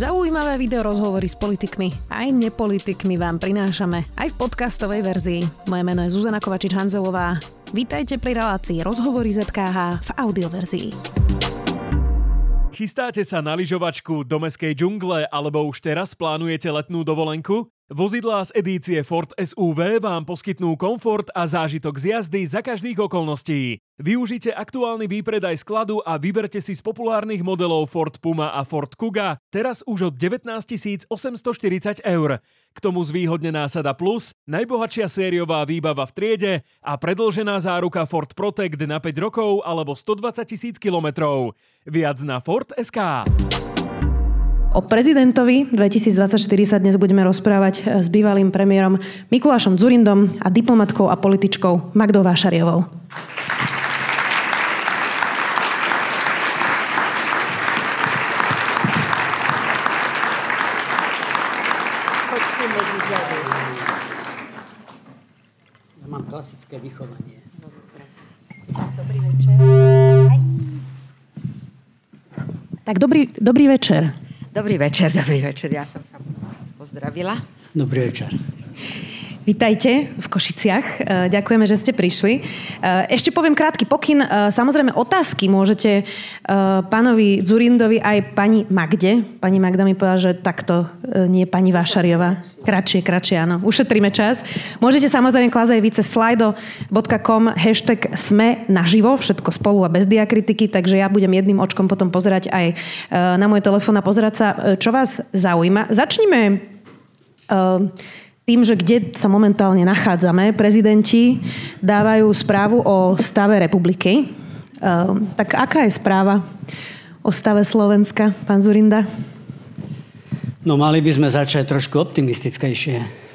Zaujímavé videorozhovory s politikmi aj nepolitikmi vám prinášame aj v podcastovej verzii. Moje meno je Zuzana Kovačič-Hanzelová. Vítajte pri relácii Rozhovory ZKH v audioverzii. Chystáte sa na lyžovačku do mestskej džungle alebo už teraz plánujete letnú dovolenku? Vozidlá z edície Ford SUV vám poskytnú komfort a zážitok z jazdy za každých okolností. Využite aktuálny výpredaj skladu a vyberte si z populárnych modelov Ford Puma a Ford Kuga teraz už od 19 840 €. K tomu zvýhodnená sada Plus, najbohatšia sériová výbava v triede a predĺžená záruka Ford Protect na 5 rokov alebo 120 000 kilometrov. Viac na Ford.sk. O prezidentovi 2024 sa dnes budeme rozprávať s bývalým premiérom Mikulášom Dzurindom a diplomatkou a političkou Magdou Vášariovou. Ja mám klasické vychovanie. Dobrý večer. Tak dobrý večer. Dobrý večer. Ja som sa pozdravila. Dobrý večer. Vítajte v Košiciach. Ďakujeme, že ste prišli. Ešte poviem krátky pokyn. Samozrejme, otázky môžete pánovi Dzurindovi aj pani Magde. Pani Magda mi povedala, že takto nie pani Vášariová. Kratšie, áno. Ušetríme čas. Môžete samozrejme klásť aj vy cez slido.com #SmeNaživo, všetko spolu a bez diakritiky, takže ja budem jedným očkom potom pozerať aj na môj telefón a pozerať sa, čo vás zaujíma. Začnime tým, že kde sa momentálne nachádzame. Prezidenti dávajú správu o stave republiky. Tak aká je správa o stave Slovenska, pán Dzurinda? No mali by sme začať trošku optimistickejšie.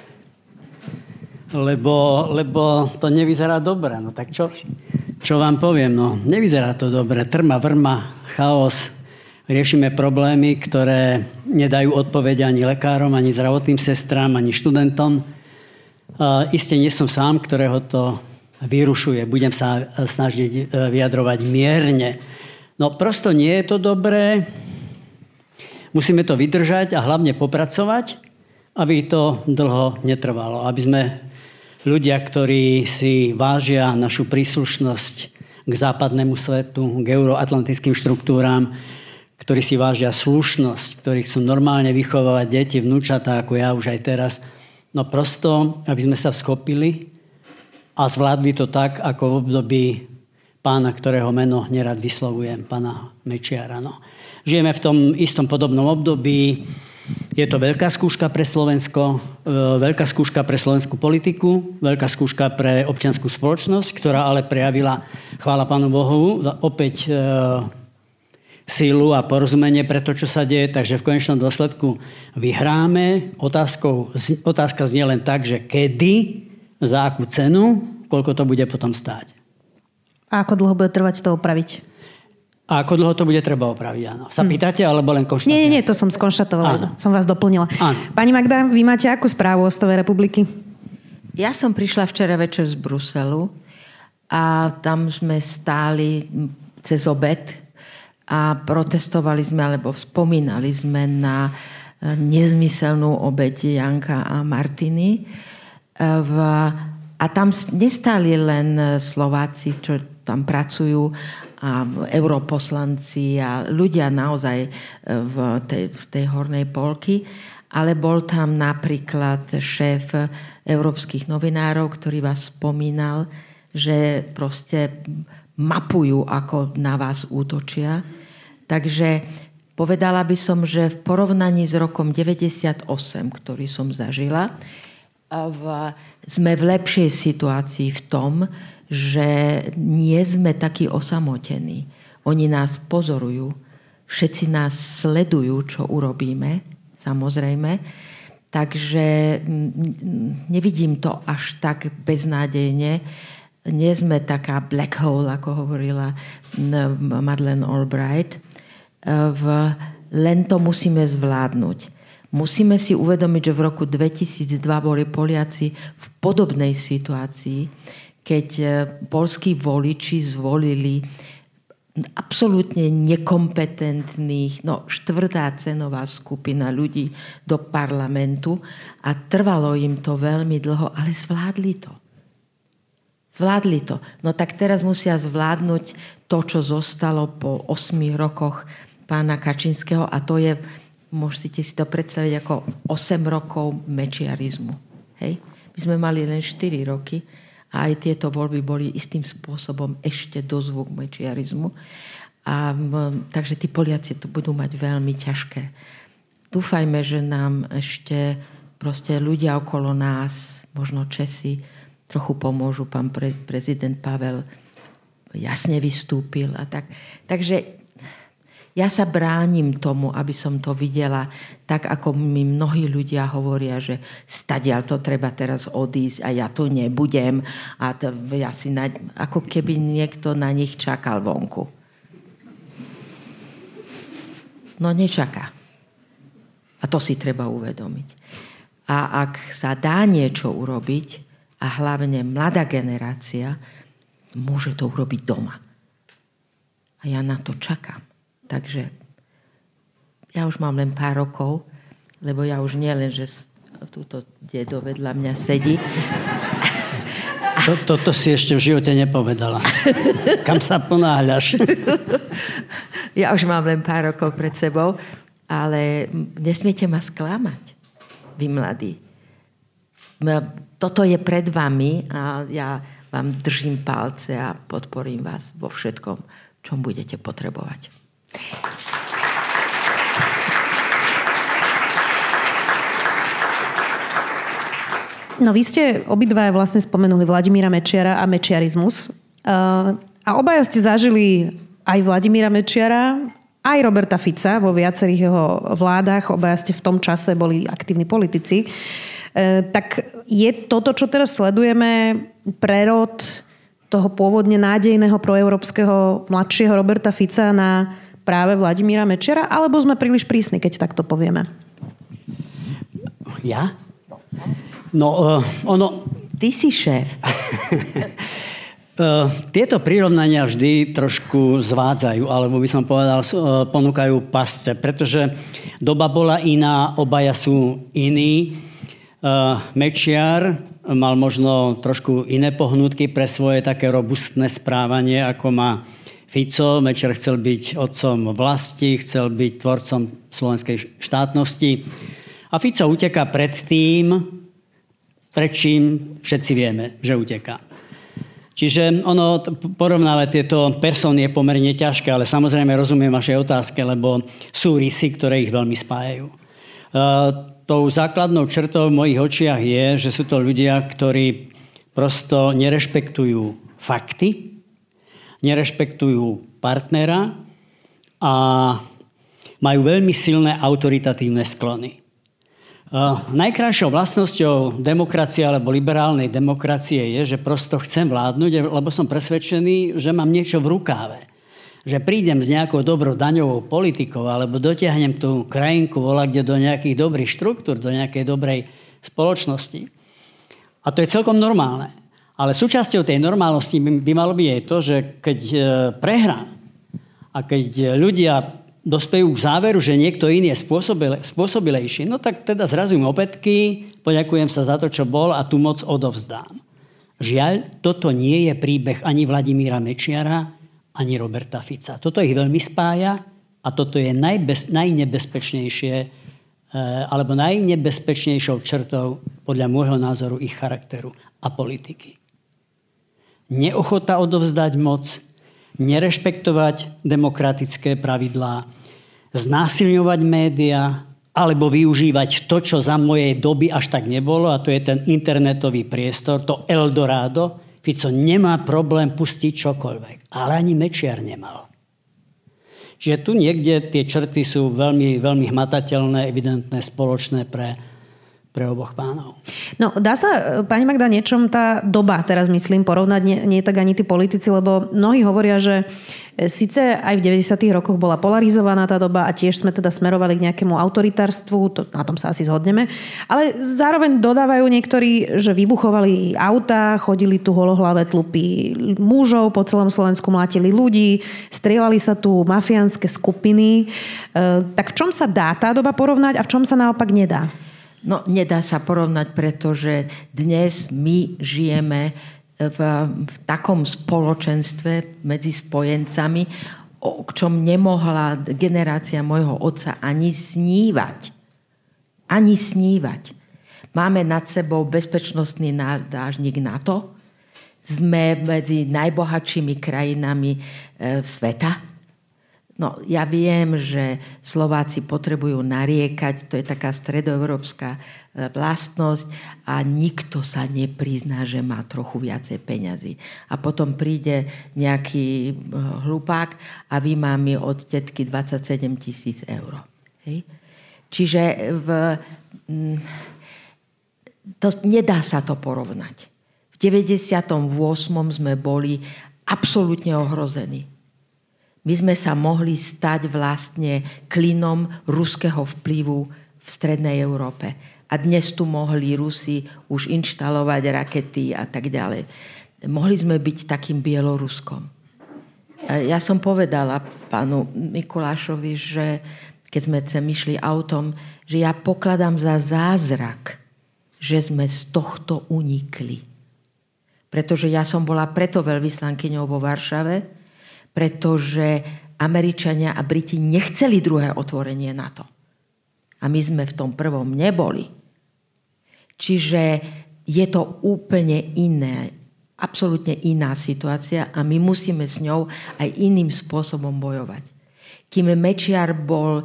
Lebo to nevyzerá dobre. No tak čo vám poviem? No nevyzerá to dobre. Trma, vrma, chaos. Riešime problémy, ktoré nedajú odpovede ani lekárom, ani zdravotným sestrám, ani študentom. Isté nie som sám, ktorého to vyrušuje. Budem sa snažiť vyjadrovať mierne. No prosto nie je to dobré. Musíme to vydržať a hlavne popracovať, aby to dlho netrvalo. Aby sme ľudia, ktorí si vážia našu príslušnosť k západnému svetu, k euroatlantickým štruktúram, ktorí si vážia slušnosť, ktorí chcú normálne vychovávať deti, vnúčatá, ako ja už aj teraz. No prosto, aby sme sa vschopili a zvládli to tak, ako v období pána, ktorého meno nerad vyslovujem, pána Mečiara. No. Žijeme v tom istom podobnom období. Je to veľká skúška pre Slovensko, veľká skúška pre slovenskú politiku, veľká skúška pre občiansku spoločnosť, ktorá ale prejavila, chvála Pánu Bohu, opäť sílu a porozumenie pre to, čo sa deje, takže v konečnom dôsledku vyhráme. Otázka znie len tak, že kedy, za akú cenu, koľko to bude potom stáť. A ako dlho bude trvať to opraviť? A ako dlho to bude treba opraviť, áno. Sa pýtate, alebo len konštatujete? Nie, to som skonštatovala. Som vás doplnila. Áno. Pani Magda, vy máte akú správu o stave republiky? Ja som prišla včera večer z Bruselu a tam sme stáli cez obed a protestovali sme, alebo spomínali sme na nezmyselnú obeť Janka a Martiny. A tam nestáli len Slováci, čo tam pracujú, a europoslanci a ľudia naozaj z tej hornej polky, ale bol tam napríklad šéf európskych novinárov, ktorý vás spomínal, že proste mapujú, ako na vás útočia. Takže povedala by som, že v porovnaní s rokom 98, ktorý som zažila, sme v lepšej situácii v tom, že nie sme takí osamotení. Oni nás pozorujú, všetci nás sledujú, čo urobíme, samozrejme. Takže nevidím to až tak beznádejne. Nie sme taká black hole, ako hovorila Madeleine Albright. Len to musíme zvládnuť. Musíme si uvedomiť, že v roku 2002 boli Poliaci v podobnej situácii, keď poľskí voliči zvolili absolútne nekompetentných, štvrtá cenová skupina ľudí do parlamentu a trvalo im to veľmi dlho, ale zvládli to. No tak teraz musia zvládnuť to, čo zostalo po 8 rokoch pána Kačinského a to je, môžete si to predstaviť ako 8 rokov mečiarizmu. Hej? My sme mali len 4 roky a aj tieto voľby boli istým spôsobom ešte dozvuk mečiarizmu. Takže tí Poliaci to budú mať veľmi ťažké. Dúfajme, že nám ešte proste ľudia okolo nás, možno Česi, trochu pomôžu. Pán prezident Pavel jasne vystúpil a tak. Takže ja sa bránim tomu, aby som to videla tak, ako mi mnohí ľudia hovoria, že stadiaľ to treba teraz odísť a ja tu nebudem. A to ako keby niekto na nich čakal vonku. No nečaká. A to si treba uvedomiť. A ak sa dá niečo urobiť, a hlavne mladá generácia, môže to urobiť doma. A ja na to čakám. Takže ja už mám len pár rokov, lebo ja už nie len, že túto dedo vedľa mňa sedí. Toto si ešte v živote nepovedala. Kam sa ponáhľaš? Ja už mám len pár rokov pred sebou, ale nesmiete ma sklamať, vy mladí. Toto je pred vami a ja vám držím palce a podporím vás vo všetkom, čom budete potrebovať. No vy ste obidva vlastne spomenuli Vladimíra Mečiara a mečiarizmus. A obaja ste zažili aj Vladimíra Mečiara, aj Roberta Fica vo viacerých jeho vládach. Obaja ste v tom čase boli aktívni politici. Tak je toto, čo teraz sledujeme, prerod toho pôvodne nádejného proeurópskeho mladšieho Roberta Fica na práve Vladimíra Mečiara, alebo sme príliš prísni, keď takto povieme? Ja? No, Ty si šéf. Tieto prirovnania vždy trošku zvádzajú, alebo by som povedal, ponúkajú pasce, pretože doba bola iná, obaja sú iní. Mečiar mal možno trošku iné pohnutky pre svoje také robustné správanie, ako má Fico. Mečiar chcel byť otcom vlasti, chcel byť tvorcom slovenskej štátnosti. A Fico uteká pred tým, pred čím všetci vieme, že uteká. Čiže porovnávať tieto persony je pomerne ťažké, ale samozrejme rozumiem vašej otázke, lebo sú rysy, ktoré ich veľmi spájajú. Tou základnou črtou v mojich očiach je, že sú to ľudia, ktorí prosto nerešpektujú fakty, nerešpektujú partnera a majú veľmi silné autoritatívne sklony. Najkrajšou vlastnosťou demokracie alebo liberálnej demokracie je, že prosto chcem vládnuť, lebo som presvedčený, že mám niečo v rukáve. Že prídem s nejakou dobrou daňovou politikou alebo dotiahnem tú krajinku volakde do nejakých dobrých štruktúr, do nejakej dobrej spoločnosti. A to je celkom normálne. Ale súčasťou tej normálnosti by malo byť aj to, že keď prehrám a keď ľudia dospejú k záveru, že niekto iný je spôsobilejší, no tak teda zrazím opätky, poďakujem sa za to, čo bol a tú moc odovzdám. Žiaľ, toto nie je príbeh ani Vladimíra Mečiara, ani Roberta Fica. Toto ich veľmi spája a toto je najnebezpečnejšie alebo najnebezpečnejšou črtou podľa môjho názoru ich charakteru a politiky. Neochota odovzdať moc, nerešpektovať demokratické pravidlá, znásilňovať médiá alebo využívať to, čo za mojej doby až tak nebolo, a to je ten internetový priestor, to Eldorado. Fico nemá problém pustiť čokoľvek, ale ani Mečiar nemal. Čiže tu niekde tie črty sú veľmi, veľmi hmatateľné, evidentné, spoločné pre oboch pánov. No, dá sa, pani Magda, niečom tá doba, teraz myslím, porovnať, nie tak ani tí politici, lebo mnohí hovoria, že Sice aj v 90. rokoch bola polarizovaná tá doba a tiež sme teda smerovali k nejakému autoritárstvu, na tom sa asi zhodneme, ale zároveň dodávajú niektorí, že vybuchovali autá, chodili tu holohlavé tlupy mužov, po celom Slovensku mlátili ľudí, strieľali sa tu mafiánske skupiny. Tak v čom sa dá tá doba porovnať a v čom sa naopak nedá? No, nedá sa porovnať, pretože dnes my žijeme v takom spoločenstve medzi spojencami, o čom nemohla generácia môjho otca ani snívať. Ani snívať. Máme nad sebou bezpečnostný nádážnik NATO. Sme medzi najbohatšími krajinami sveta. No, ja viem, že Slováci potrebujú nariekať, to je taká stredoeurópska vlastnosť a nikto sa neprizná, že má trochu viacej peňazí. A potom príde nejaký hlupák a vymá mi od tetky 27 000 eur. Hej? Čiže nedá sa to porovnať. V 98. sme boli absolútne ohrození. My sme sa mohli stať vlastne klinom ruského vplyvu v strednej Európe. A dnes tu mohli Rusi už inštalovať rakety a tak ďalej. Mohli sme byť takým Bieloruskom. Ja som povedala pánu Mikulášovi, že keď sme sem išli autom, že ja pokladám za zázrak, že sme z tohto unikli. Pretože ja som bola preto veľvyslankyňou vo Varšave, pretože Američania a Briti nechceli druhé otvorenie NATO. A my sme v tom prvom neboli. Čiže je to úplne iné, absolútne iná situácia a my musíme s ňou aj iným spôsobom bojovať. Kým Mečiar bol...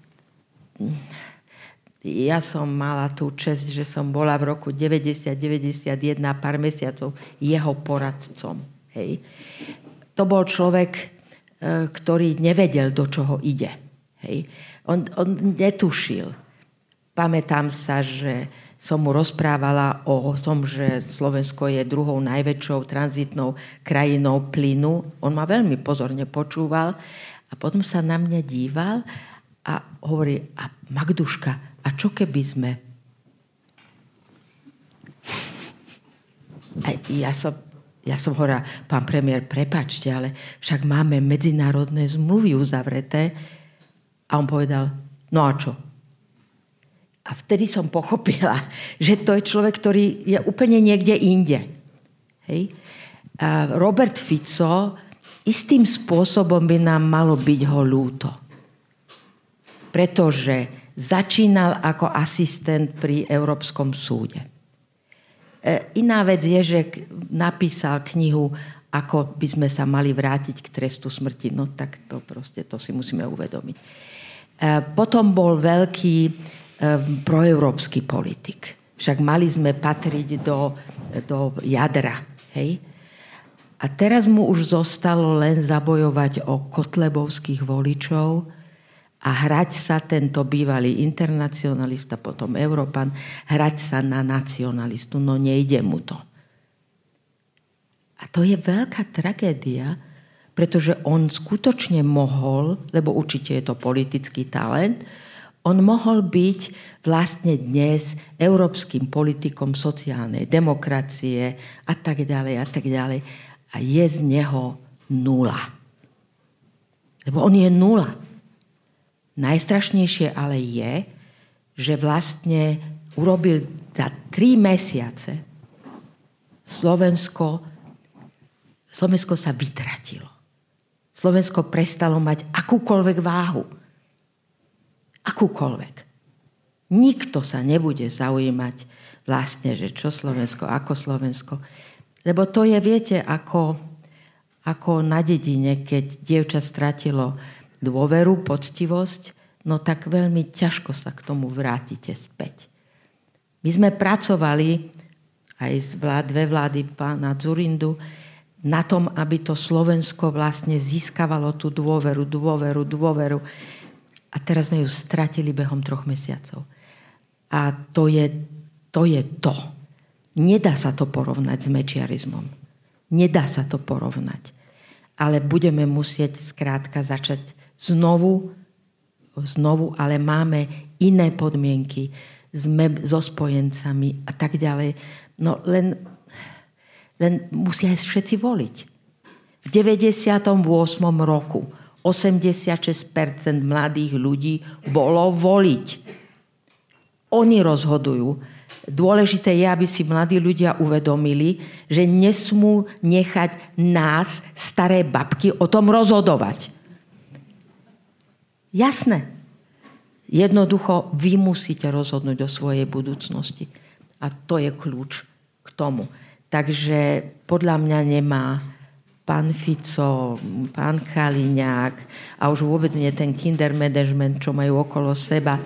Ja som mala tú česť, že som bola v roku 90-91 pár mesiacov jeho poradcom. Hej. To bol človek, ktorý nevedel, do čoho ide. Hej. On netušil. Pamätám sa, že som mu rozprávala o tom, že Slovensko je druhou najväčšou tranzitnou krajinou plynu. On ma veľmi pozorne počúval a potom sa na mňa díval a hovorí, a Magduška, a čo keby sme? A ja som hovorila, pán premiér, prepáčte, ale však máme medzinárodné zmluvy uzavreté. A on povedal, no a čo? A vtedy som pochopila, že to je človek, ktorý je úplne niekde inde. Hej? A Robert Fico istým spôsobom by nám malo byť ho ľúto. Pretože začínal ako asistent pri Európskom súde. Iná vec je, že napísal knihu, ako by sme sa mali vrátiť k trestu smrti. No tak to si musíme uvedomiť. Potom bol veľký proeurópsky politik. Však mali sme patriť do jadra. Hej? A teraz mu už zostalo len zabojovať o kotlebovských voličov a hrať sa tento bývalý internacionalista, potom Európan, hrať sa na nacionalistu. No nejde mu to. A to je veľká tragédia, pretože on skutočne mohol, lebo určite je to politický talent, on mohol byť vlastne dnes európskym politikom sociálnej demokracie a tak ďalej a tak ďalej. A je z neho nula. Lebo on je nula. Najstrašnejšie ale je, že vlastne urobil za 3 mesiace Slovensko sa vytratilo. Slovensko prestalo mať akúkoľvek váhu. Akúkoľvek. Nikto sa nebude zaujímať vlastne, že čo Slovensko, ako Slovensko. Lebo to je, viete, ako na dedine, keď dievča stratilo dôveru, poctivosť, no tak veľmi ťažko sa k tomu vrátite späť. My sme pracovali aj dve vlády pána Dzurindu na tom, aby to Slovensko vlastne získavalo tú dôveru. A teraz sme ju stratili behom 3 mesiacov. A to je to. Nedá sa to porovnať s mečiarizmom. Nedá sa to porovnať. ale budeme musieť skrátka začať znovu, ale máme iné podmienky, sme so spojencami a tak ďalej. No len musia všetci voliť. V 98. roku 86% mladých ľudí bolo voliť. Oni rozhodujú. Dôležité je, aby si mladí ľudia uvedomili, že nesmú nechať nás, staré babky, o tom rozhodovať. Jasné. Jednoducho, vy musíte rozhodnúť o svojej budúcnosti. A to je kľúč k tomu. Takže podľa mňa nemá pán Fico, pán Kaliňák a už vôbec nie ten kinder management, čo majú okolo seba,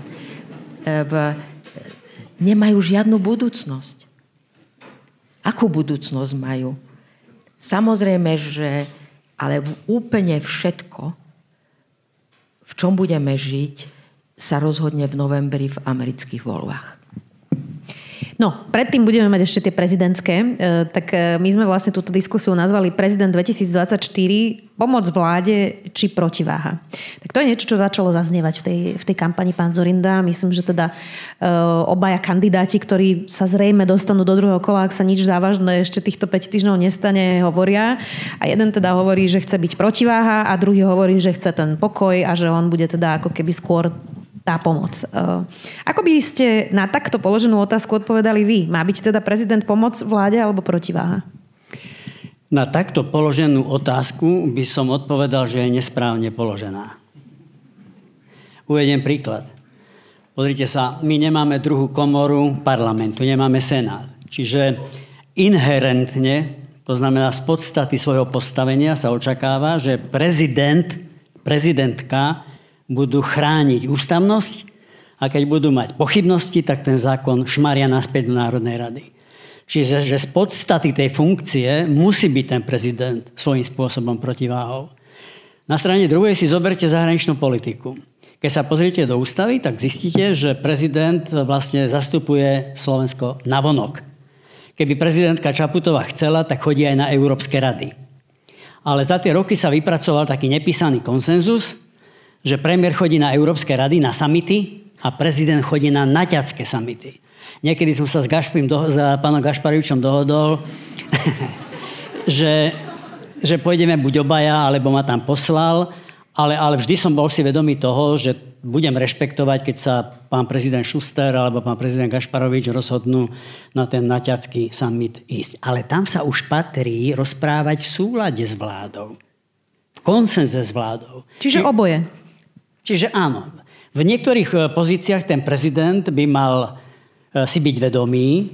nemajú žiadnu budúcnosť. Akú budúcnosť majú? Samozrejme, že ale úplne všetko, v čom budeme žiť, sa rozhodne v novembri v amerických voľbách. No, predtým budeme mať ešte tie prezidentské. Tak my sme vlastne túto diskusiu nazvali Prezident 2024, pomoc vláde či protiváha. Tak to je niečo, čo začalo zaznievať v tej kampani pán Dzurinda. Myslím, že teda obaja kandidáti, ktorí sa zrejme dostanú do druhého kola, ak sa nič závažné ešte týchto 5 týždňov nestane, hovoria. A jeden teda hovorí, že chce byť protiváha a druhý hovorí, že chce ten pokoj a že on bude teda ako keby skôr tá pomoc. Ako by ste na takto položenú otázku odpovedali vy? Má byť teda prezident pomoc vláde alebo protiváha? Na takto položenú otázku by som odpovedal, že je nesprávne položená. Uvediem príklad. Pozrite sa, my nemáme druhú komoru parlamentu, nemáme senát. Čiže inherentne, to znamená z podstaty svojho postavenia sa očakáva, že prezidentka budú chrániť ústavnosť a keď budú mať pochybnosti, tak ten zákon šmaria naspäť do Národnej rady. Čiže že z podstaty tej funkcie musí byť ten prezident svojím spôsobom protiváhou. Na strane druhej si zoberte zahraničnú politiku. Keď sa pozriete do ústavy, tak zistíte, že prezident vlastne zastupuje Slovensko navonok. Keby prezidentka Čaputová chcela, tak chodí aj na Európske rady. Ale za tie roky sa vypracoval taký nepísaný konsenzus, že premiér chodí na Európske rady, na samity a prezident chodí na naťacké samity. Niekedy som sa s pánom Gašparovičom dohodol, že pôjdeme buď obaja, alebo ma tam poslal, ale vždy som bol si vedomý toho, že budem rešpektovať, keď sa pán prezident Šuster alebo pán prezident Gašparovič rozhodnú na ten naťacký summit ísť. Ale tam sa už patrí rozprávať v súlade s vládou. V konsenze s vládou. Čiže oboje. Čiže áno. V niektorých pozíciách ten prezident by mal si byť vedomý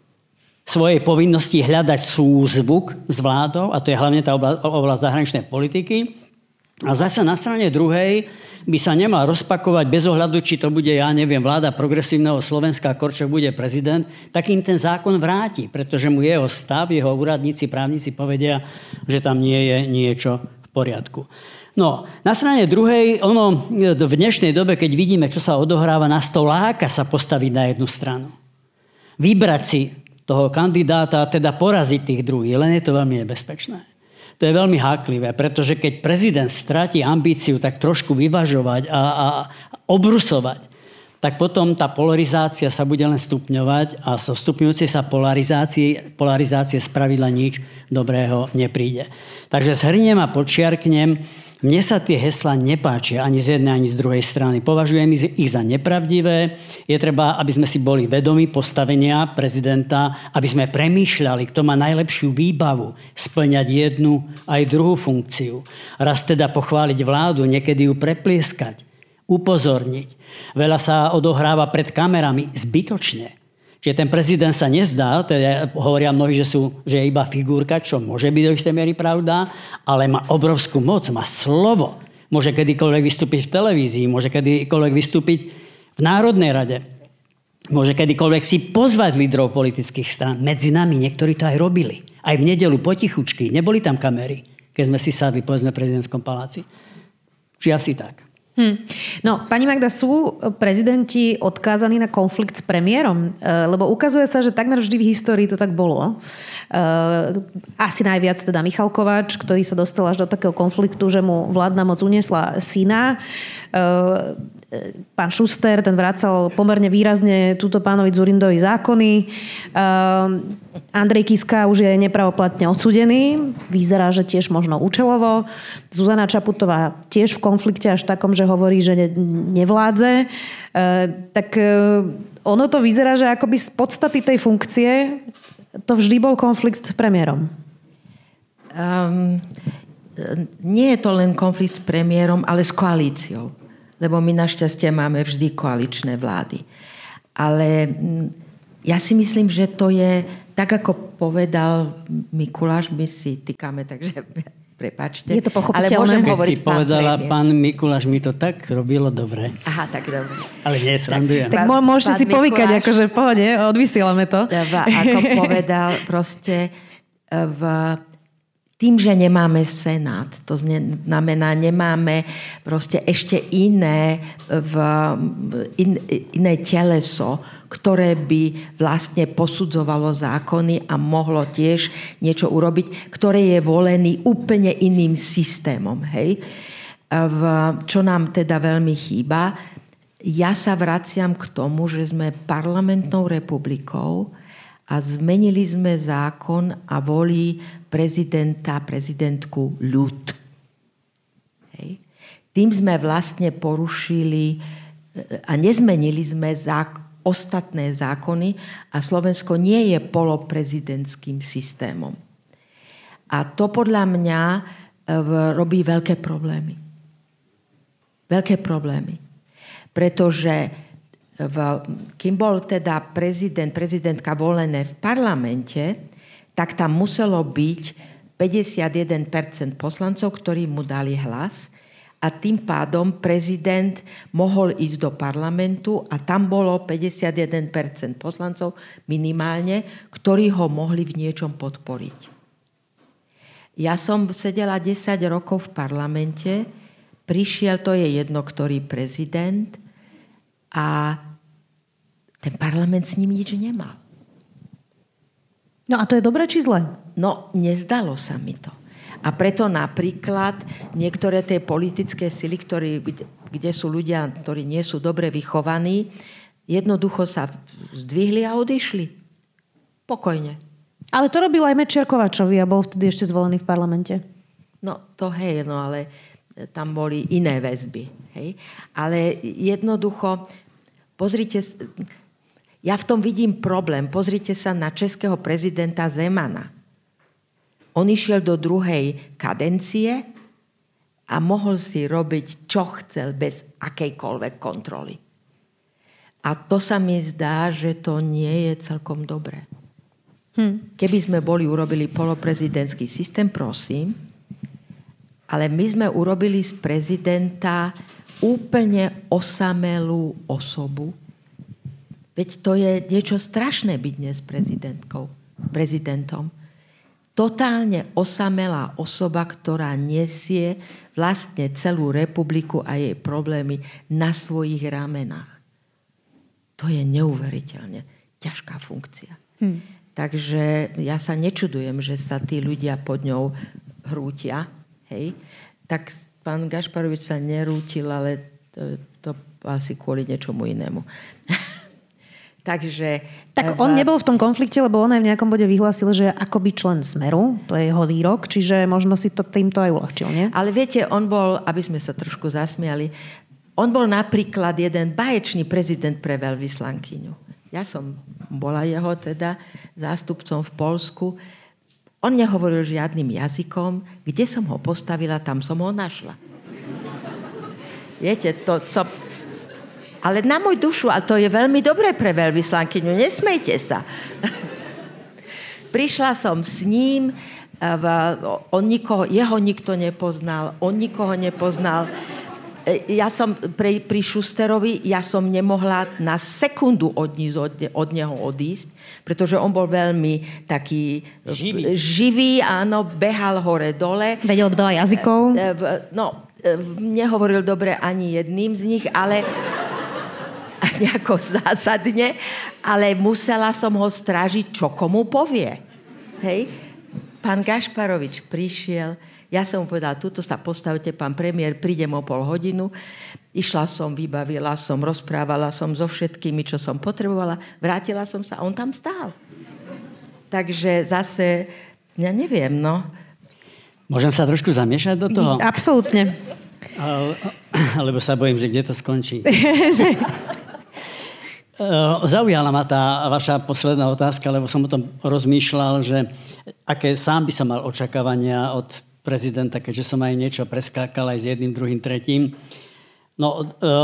svojej povinnosti hľadať súzvuk s vládou, a to je hlavne tá oblasť zahraničnej politiky. A zase na strane druhej by sa nemal rozpakovať bez ohľadu, či to bude, vláda progresívneho Slovenska, Korčok bude prezident, tak im ten zákon vráti, pretože mu jeho stav, jeho úradníci, právnici povedia, že tam nie je niečo v poriadku. No, na strane druhej, v dnešnej dobe, keď vidíme, čo sa odohráva, nás to láka sa postaviť na jednu stranu. Vybrať si toho kandidáta, teda poraziť tých druhých, len je to veľmi nebezpečné. To je veľmi háklivé, pretože keď prezident stratí ambíciu tak trošku vyvažovať a obrusovať, tak potom tá polarizácia sa bude len stupňovať a so stupňujúcej sa polarizácie spravidla nič dobrého nepríde. Takže zhrniem a podčiarknem, mne sa tie heslá nepáčia ani z jednej, ani z druhej strany. Považujem ich za nepravdivé. Je treba, aby sme si boli vedomi postavenia prezidenta, aby sme premýšľali, kto má najlepšiu výbavu spĺňať jednu aj druhú funkciu. Raz teda pochváliť vládu, niekedy ju preplieskať, upozorniť. Veľa sa odohráva pred kamerami zbytočne. Čiže ten prezident sa nezdá, teda hovoria mnohí, že je iba figurka, čo môže byť do istej miery pravda, ale má obrovskú moc, má slovo. Môže kedykoľvek vystúpiť v televízii, môže kedykoľvek vystúpiť v Národnej rade. Môže kedykoľvek si pozvať lídrov politických strán. Medzi nami niektorí to aj robili. Aj v nedeľu potichučky, neboli tam kamery, keď sme si sadli, povedzme, v prezidentskom paláci. Či asi tak. No, pani Magda, sú prezidenti odkázaní na konflikt s premiérom? Lebo ukazuje sa, že takmer vždy v histórii to tak bolo. Asi najviac teda Michal Kováč, ktorý sa dostal až do takého konfliktu, že mu vládna moc uniesla syna. Pán Šuster, ten vracal pomerne výrazne túto pánovi Dzurindovi zákony. Andrej Kiska už je nepravoplatne odsúdený. Vyzerá, že tiež možno účelovo. Zuzana Čaputová tiež v konflikte až takom, že hovorí, že nevládze. Tak ono to vyzerá, že akoby z podstaty tej funkcie to vždy bol konflikt s premiérom. Nie je to len konflikt s premiérom, ale s koalíciou. Lebo my našťastie máme vždy koaličné vlády. Ale ja si myslím, že to je, tak ako povedal Mikuláš, my si týkame, takže prepáčte. Je to pochopiteľné. Ale môžem Keď hovoriť si povedala pán Mikuláš, mi to tak robilo dobre. Aha, tak dobre. Ale nie, srandujem. Tak môžete si povykať, akože v pohode, odvysielame to. Ako povedal, proste tým, že nemáme senát, to znamená, nemáme proste ešte iné teleso, ktoré by vlastne posudzovalo zákony a mohlo tiež niečo urobiť, ktoré je volený úplne iným systémom. Hej? Čo nám teda veľmi chýba. Ja sa vraciam k tomu, že sme parlamentnou republikou a zmenili sme zákon a volí prezidentku ľud. Hej. Tým sme vlastne porušili a nezmenili sme ostatné zákony a Slovensko nie je poloprezidentským systémom. A to podľa mňa robí veľké problémy. Veľké problémy. Pretože kým bol teda prezidentka volené v parlamente, tak tam muselo byť 51% poslancov, ktorí mu dali hlas a tým pádom prezident mohol ísť do parlamentu a tam bolo 51% poslancov minimálne, ktorí ho mohli v niečom podporiť. Ja som sedela 10 rokov v parlamente, prišiel, to je jedno, ktorý prezident a ten parlament s ním nič nemal. No a to je dobré či zlé? No, nezdalo sa mi to. A preto napríklad niektoré tie politické sily, kde sú ľudia, ktorí nie sú dobre vychovaní, jednoducho sa zdvihli a odišli. Pokojne. Ale to robil aj Mečiar Kováčovi a bol vtedy ešte zvolený v parlamente. No, to hej, no ale tam boli iné väzby. Hej? Ale jednoducho, pozrite, ja v tom vidím problém. Pozrite sa na českého prezidenta Zemana. On išiel do druhej kadencie a mohol si robiť, čo chcel, bez akejkoľvek kontroly. A to sa mi zdá, že to nie je celkom dobré. Keby sme urobili poloprezidentský systém, prosím, ale my sme urobili z prezidenta úplne osamelú osobu. Veď to je niečo strašné byť dnes prezidentom. Totálne osamelá osoba, ktorá nesie vlastne celú republiku a jej problémy na svojich ramenách. To je neuveriteľne ťažká funkcia. Takže ja sa nečudujem, že sa tí ľudia pod ňou hrútia. Hej? Tak pán Gašparovič sa nerútil, ale to asi kvôli niečomu inému. Takže, tak on nebol v tom konflikte, lebo on aj v nejakom bode vyhlásil, že akoby člen Smeru, to je jeho výrok, čiže možno si to týmto aj uľahčil, nie? Ale viete, on bol, aby sme sa trošku zasmiali, on bol napríklad jeden báječný prezident pre veľvyslankyňu. Ja som bola jeho teda zástupcom v Poľsku. On nehovoril žiadnym jazykom. Kde som ho postavila, tam som ho našla. Viete, to... Ale na môj dušu, a to je veľmi dobré pre veľvyslankyňu, nesmejte sa. Prišla som s ním, jeho nikto nepoznal, on nikoho nepoznal. Ja som pri Šusterovi, ja som nemohla na sekundu od neho odísť, pretože on bol veľmi taký živý, áno, behal hore-dole. Vedel veľa jazykov. No, Nehovoril dobre ani jedným z nich, ale nejako zásadne, ale musela som ho strážiť, čo komu povie. Hej? Pán Gašparovič prišiel, ja som mu povedala, tuto sa postavte, pán premiér, prídem o pol hodinu. Išla som, vybavila som, rozprávala som so všetkými, čo som potrebovala. Vrátila som sa a on tam stál. Takže zase, ja neviem, no. Môžem sa trošku zamiešať do toho? Absolútne. Lebo sa bojím, že kde to skončí. Zaujala ma tá vaša posledná otázka, lebo som o tom rozmýšľal, že aké sám by som mal očakávania od prezidenta, keďže som aj niečo preskákal aj s jedným, druhým, tretím. No,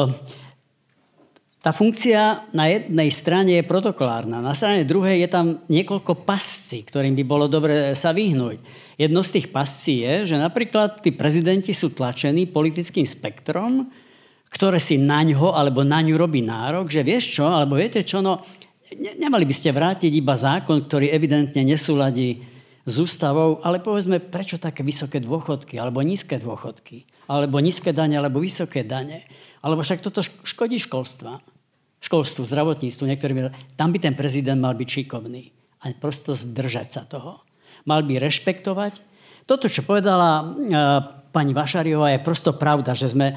tá funkcia na jednej strane je protokolárna, na strane druhej je tam niekoľko pascí, ktorým by bolo dobre sa vyhnúť. Jedno z tých pascí je, že napríklad tí prezidenti sú tlačení politickým spektrom, ktoré si naňho alebo naňu robí nárok, že vieš čo, alebo viete čo, no nemali by ste vrátiť iba zákon, ktorý evidentne nesúladí s ústavou, ale povedzme, prečo také vysoké dôchodky, alebo nízke dôchodky, alebo nízke dane, alebo vysoké dane. Alebo však toto škodí školstvu, zdravotníctvu, niektorým. Tam by ten prezident mal byť šikovný a prosto zdržať sa toho. Mal by rešpektovať. Toto, čo povedala pani Vašáriová, je prosto pravda, že sme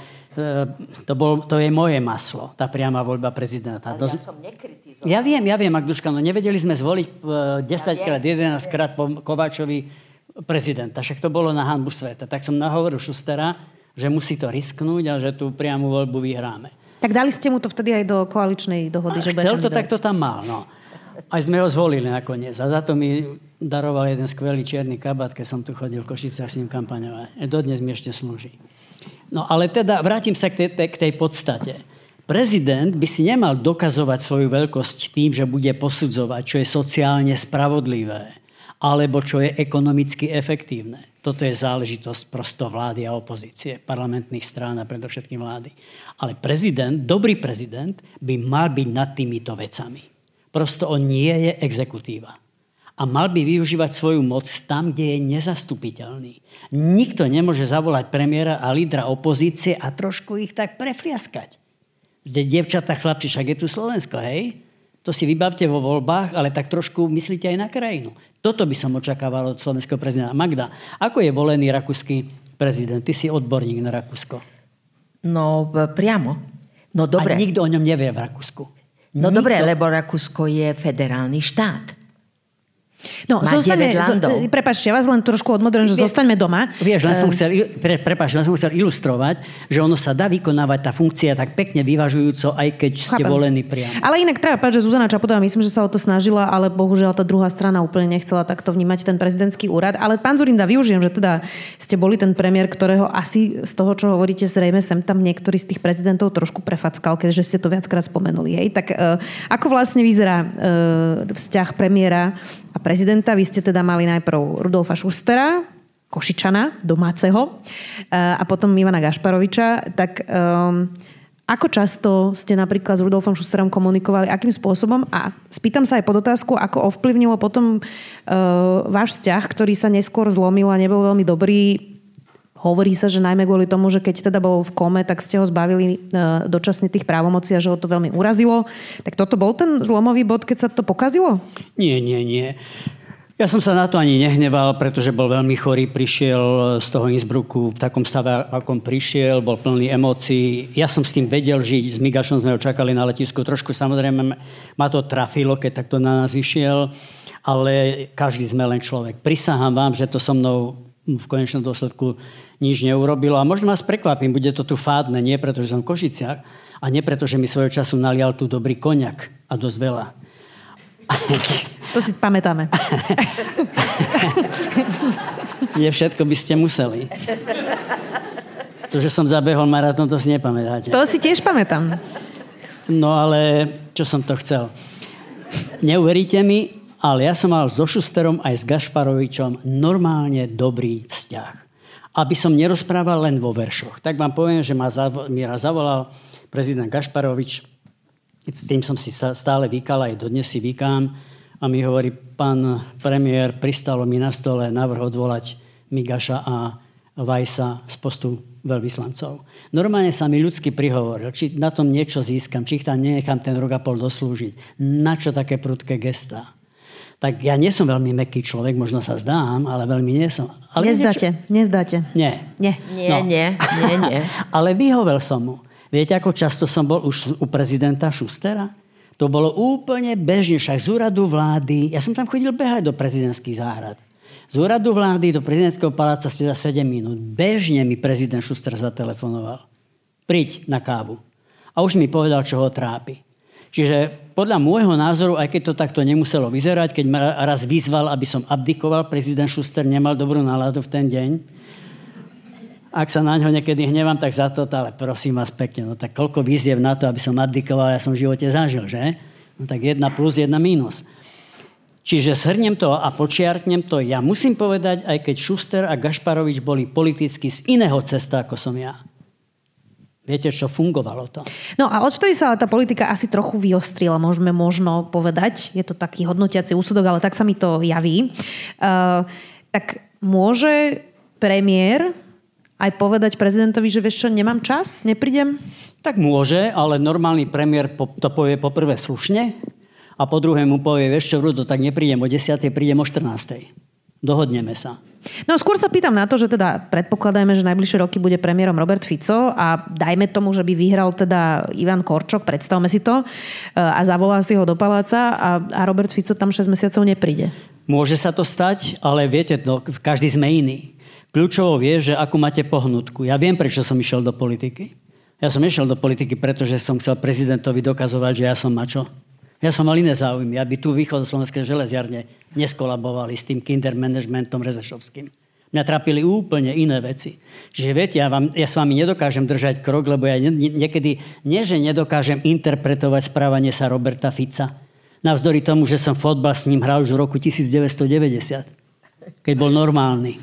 to je moje maslo, tá priama voľba prezidenta. Ale ja som nekritizoval. Ja viem, Magduška, no nevedeli sme zvoliť 10-krát, 11-krát po Kováčovi prezidenta. Však to bolo na hanbu sveta. Tak som nahovoril Šustera, že musí to risknúť a že tú priamu voľbu vyhráme. Tak dali ste mu to vtedy aj do koaličnej dohody, že chcel to, tak to tam mal, no. Aj sme ho zvolili nakoniec. A za to mi daroval jeden skvelý čierny kabát, keď som tu chodil v Košiciach s ním kampaňovať. Dodnes mi ešte slúži. No ale teda vrátim sa k tej podstate. Prezident by si nemal dokazovať svoju veľkosť tým, že bude posudzovať, čo je sociálne spravodlivé, alebo čo je ekonomicky efektívne. Toto je záležitosť prosto vlády a opozície, parlamentných strán a predovšetkým vlády. Ale dobrý prezident by mal byť nad týmito vecami. Prosto on nie je exekutíva. A mal by využívať svoju moc tam, kde je nezastupiteľný. Nikto nemôže zavolať premiéra a lídra opozície a trošku ich tak prefliaskať. Dievčatá, chlapci, však je tu Slovensko, hej? To si vybavte vo voľbách, ale tak trošku myslíte aj na krajinu. Toto by som očakával od slovenského prezidenta. Magda, ako je volený rakúsky prezident? Ty si odborník na Rakúsko. No, priamo. No dobre. A nikto o ňom nevie v Rakúsku. No dobre, lebo Rakúsko je federálny štát. No, prepáčte, ja vás len trošku odmoderujem, že zostaňme doma. Vieš, len som chcel ilustrovať, že ono sa dá vykonávať tá funkcia tak pekne vyvažujúco, aj keď ste volení priamo. Ale inak treba povedať, že Zuzana Čaputová, myslím, že sa o to snažila, ale bohužiaľ tá druhá strana úplne nechcela takto vnímať ten prezidentský úrad. Ale pán Dzurinda, využijem, že teda ste boli ten premiér, ktorého asi z toho, čo hovoríte, zrejme sem tam niektorý z tých prezidentov trošku prefackal, keďže ste to viackrát spomenuli. Hej? Tak ako vlastne vyzerá vzťah premiéra a prezidenta? Vy ste teda mali najprv Rudolfa Šustera, Košičana, domáceho, a potom Ivana Gašparoviča. Tak ako často ste napríklad s Rudolfom Šusterom komunikovali, akým spôsobom? A spýtam sa aj pod otázku, ako ovplyvnilo potom váš vzťah, ktorý sa neskôr zlomil a nebol veľmi dobrý. Hovorí sa, že najmä kvôli tomu, že keď teda bol v kome, tak ste ho zbavili dočasne tých právomocí a že ho to veľmi urazilo. Tak toto bol ten zlomový bod, keď sa to pokazilo? Nie. Ja som sa na to ani nehneval, pretože bol veľmi chorý, prišiel z toho Innsbrucku v takom stave, akom prišiel, bol plný emócií. Ja som s tým vedel žiť, s Migašom sme ho čakali na letisku. Trošku samozrejme ma to trafilo, keď takto na nás vyšiel, ale každý sme len človek. Prisahám vám, že to so mnou v konečnom dôsledku nič neurobilo. A možno vás prekvapím, bude to tu fádne, nie preto, že som v Košiciach a nie preto, že mi svojho času nalial tu dobrý koniak a dosť veľa. To si pamätáme. Nie všetko by ste museli. To, že som zabehol maratón, to si nepamätáte. To si tiež pamätám. No ale čo som to chcel? Neuveríte mi, ale ja som mal so Šusterom aj s Gašparovičom normálne dobrý vzťah. Aby som nerozprával len vo veršoch. Tak vám poviem, že mi raz zavolal prezident Gašparovič. S tým som si stále vykal, aj dodnes si vykám. A mi hovorí, pán premiér, pristalo mi na stole návrh odvolať Migaša a Vajsa z postu veľvyslancov. Normálne sa mi ľudsky prihovoril, či na tom niečo získam, či ich tam nenechám ten rok a pol doslúžiť. Na čo také prudké gestá? Tak ja nie som veľmi mäkký človek, možno sa zdám, ale veľmi nie som. Ale Nezdáte. Nie. Nie. Nie. Ale vyhovel som mu. Viete, ako často som bol už u prezidenta Šustera? To bolo úplne bežne, však z úradu vlády. Ja som tam chodil behať do prezidentských záhrad. Z úradu vlády do prezidentského paláca ste za 7 minút. Bežne mi prezident Šuster zatelefonoval. Príď na kávu. A už mi povedal, čo ho trápi. Čiže podľa môjho názoru, aj keď to takto nemuselo vyzerať, keď ma raz vyzval, aby som abdikoval, prezident Šuster nemal dobrú náladu v ten deň. Ak sa na ňo niekedy hnevám, tak za to, ale prosím vás pekne, no tak koľko výziev na to, aby som abdikoval, ja som v živote zažil, že? No tak 1 plus, 1 mínus. Čiže shrniem to a počiarknem to. Ja musím povedať, aj keď Šuster a Gašparovič boli politicky z iného cesta, ako som ja. Viete, čo fungovalo to? No a odvtedy sa tá politika asi trochu vyostrila, môžeme možno povedať. Je to taký hodnotiaci úsudok, ale tak sa mi to javí. Tak môže premiér aj povedať prezidentovi, že vieš čo, nemám čas, neprídem? Tak môže, ale normálny premiér to povie poprvé slušne, a po druhé mu povie, vieš čo, Rudo, tak neprídem o 10, prídem o 14. Dohodneme sa. No skôr sa pýtam na to, že teda predpokladajme, že najbližšie roky bude premiérom Robert Fico a dajme tomu, že by vyhral teda Ivan Korčok, predstavme si to, a zavolá si ho do paláca a Robert Fico tam 6 mesiacov nepríde. Môže sa to stať, ale viete, no, každý sme iný. Kľúčovo vie, že akú máte pohnutku. Ja viem, prečo som išiel do politiky. Ja som išiel do politiky, pretože som chcel prezidentovi dokazovať, že ja som mačo. Ja som mal iné záujmy, aby tu východoslovenské železiarne neskolabovali s tým kindermanagementom rezešovským. Mňa trápili úplne iné veci. Čiže viete, ja s vami nedokážem držať krok, lebo ja niekedy že nedokážem interpretovať správanie sa Roberta Fica. Navzdory tomu, že som fotbal s ním hral už v roku 1990, keď bol normálny.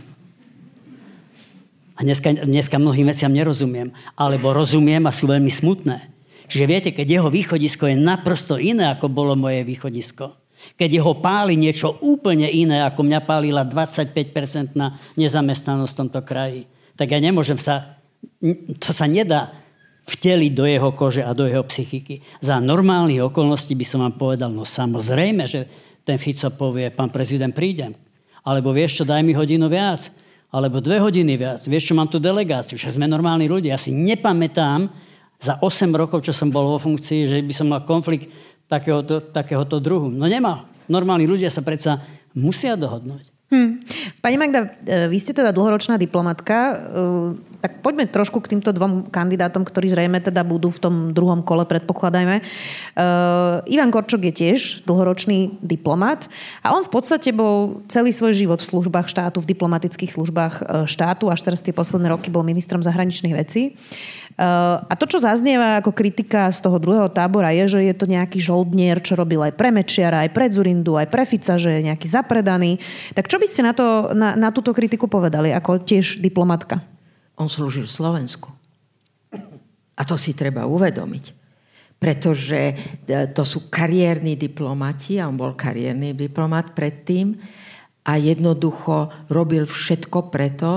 A dneska mnohým veciam nerozumiem. Alebo rozumiem a sú veľmi smutné. Čiže viete, keď jeho východisko je naprosto iné, ako bolo moje východisko. Keď jeho páli niečo úplne iné, ako mňa pálila 25% nezamestnanosť v tomto kraji, tak ja nemôžem to sa nedá vteliť do jeho kože a do jeho psychiky. Za normálnych okolností by som vám povedal, no samozrejme, že ten Fico povie, pán prezident, prídem. Alebo vieš čo, daj mi hodinu viac. Alebo 2 hodiny viac. Vieš čo, mám tu delegáciu. Však sme normálni ľudia. Ja si nepamätám, za 8 rokov, čo som bol vo funkcii, že by som mal konflikt takéhoto druhu. No nemal. Normálni ľudia sa predsa musia dohodnúť. Pani Magda, vy ste teda dlhoročná diplomatka, tak poďme trošku k týmto 2 kandidátom, ktorí zrejme teda budú v tom druhom kole, predpokladajme. Ivan Korčok je tiež dlhoročný diplomat a on v podstate bol celý svoj život v službách štátu, v diplomatických službách štátu, až teraz tie posledné roky bol ministrom zahraničných vecí. A to, čo zaznieva ako kritika z toho druhého tábora, je, že je to nejaký žoldnier, čo robil aj pre Mečiara, aj pre Dzurindu, aj pre Fica, že je nejaký zapredaný. Tak čo by ste na túto kritiku povedali, ako tiež diplomatka? On slúžil Slovensku. A to si treba uvedomiť. Pretože to sú kariérni diplomati, a on bol kariérny diplomat predtým, a jednoducho robil všetko preto,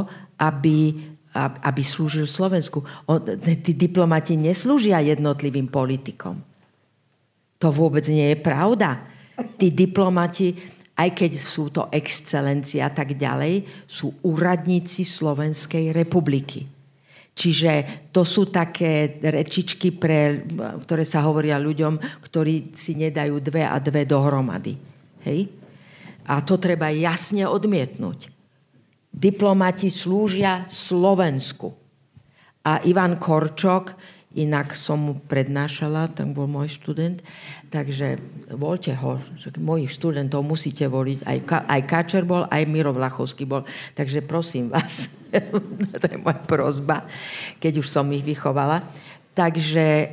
aby slúžil Slovensku. Tí diplomati neslúžia jednotlivým politikom. To vôbec nie je pravda. Tí diplomati, aj keď sú to excelencia a tak ďalej, sú úradníci Slovenskej republiky. Čiže to sú také rečičky, ktoré sa hovoria ľuďom, ktorí si nedajú 2 a 2 dohromady. Hej? A to treba jasne odmietnúť. Diplomati slúžia Slovensku. A Ivan Korčok, inak som mu prednášala, tam bol môj študent, takže voľte ho, že mojich študentov musíte voliť, aj Káčer bol, aj Miro Vlachovský bol. Takže prosím vás, to je moja prosba, keď už som ich vychovala. Takže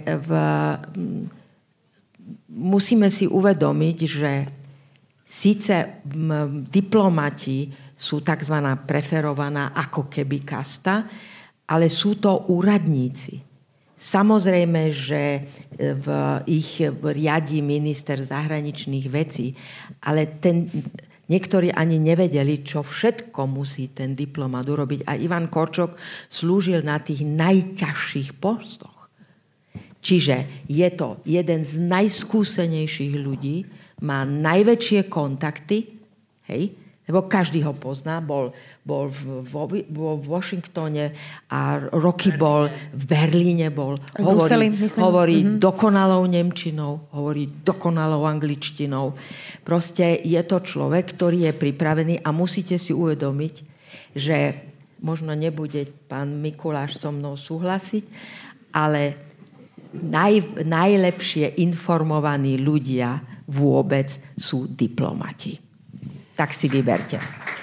musíme si uvedomiť, že síce diplomati sú tzv. Preferovaná ako keby kasta, ale sú to úradníci. Samozrejme, že ich riadí minister zahraničných vecí, ale Niektorí ani nevedeli, čo všetko musí ten diplomat urobiť. A Ivan Korčok slúžil na tých najťažších postoch. Čiže je to jeden z najskúsenejších ľudí, má najväčšie kontakty, hej, lebo každý ho pozná, bol vo Washingtone a roky bol v Berlíne, hovorí dokonalou nemčinou, hovorí dokonalou angličtinou. Proste je to človek, ktorý je pripravený a musíte si uvedomiť, že možno nebude pán Mikuláš so mnou súhlasiť, ale najlepšie informovaní ľudia vôbec sú diplomati. Tak si vyberte.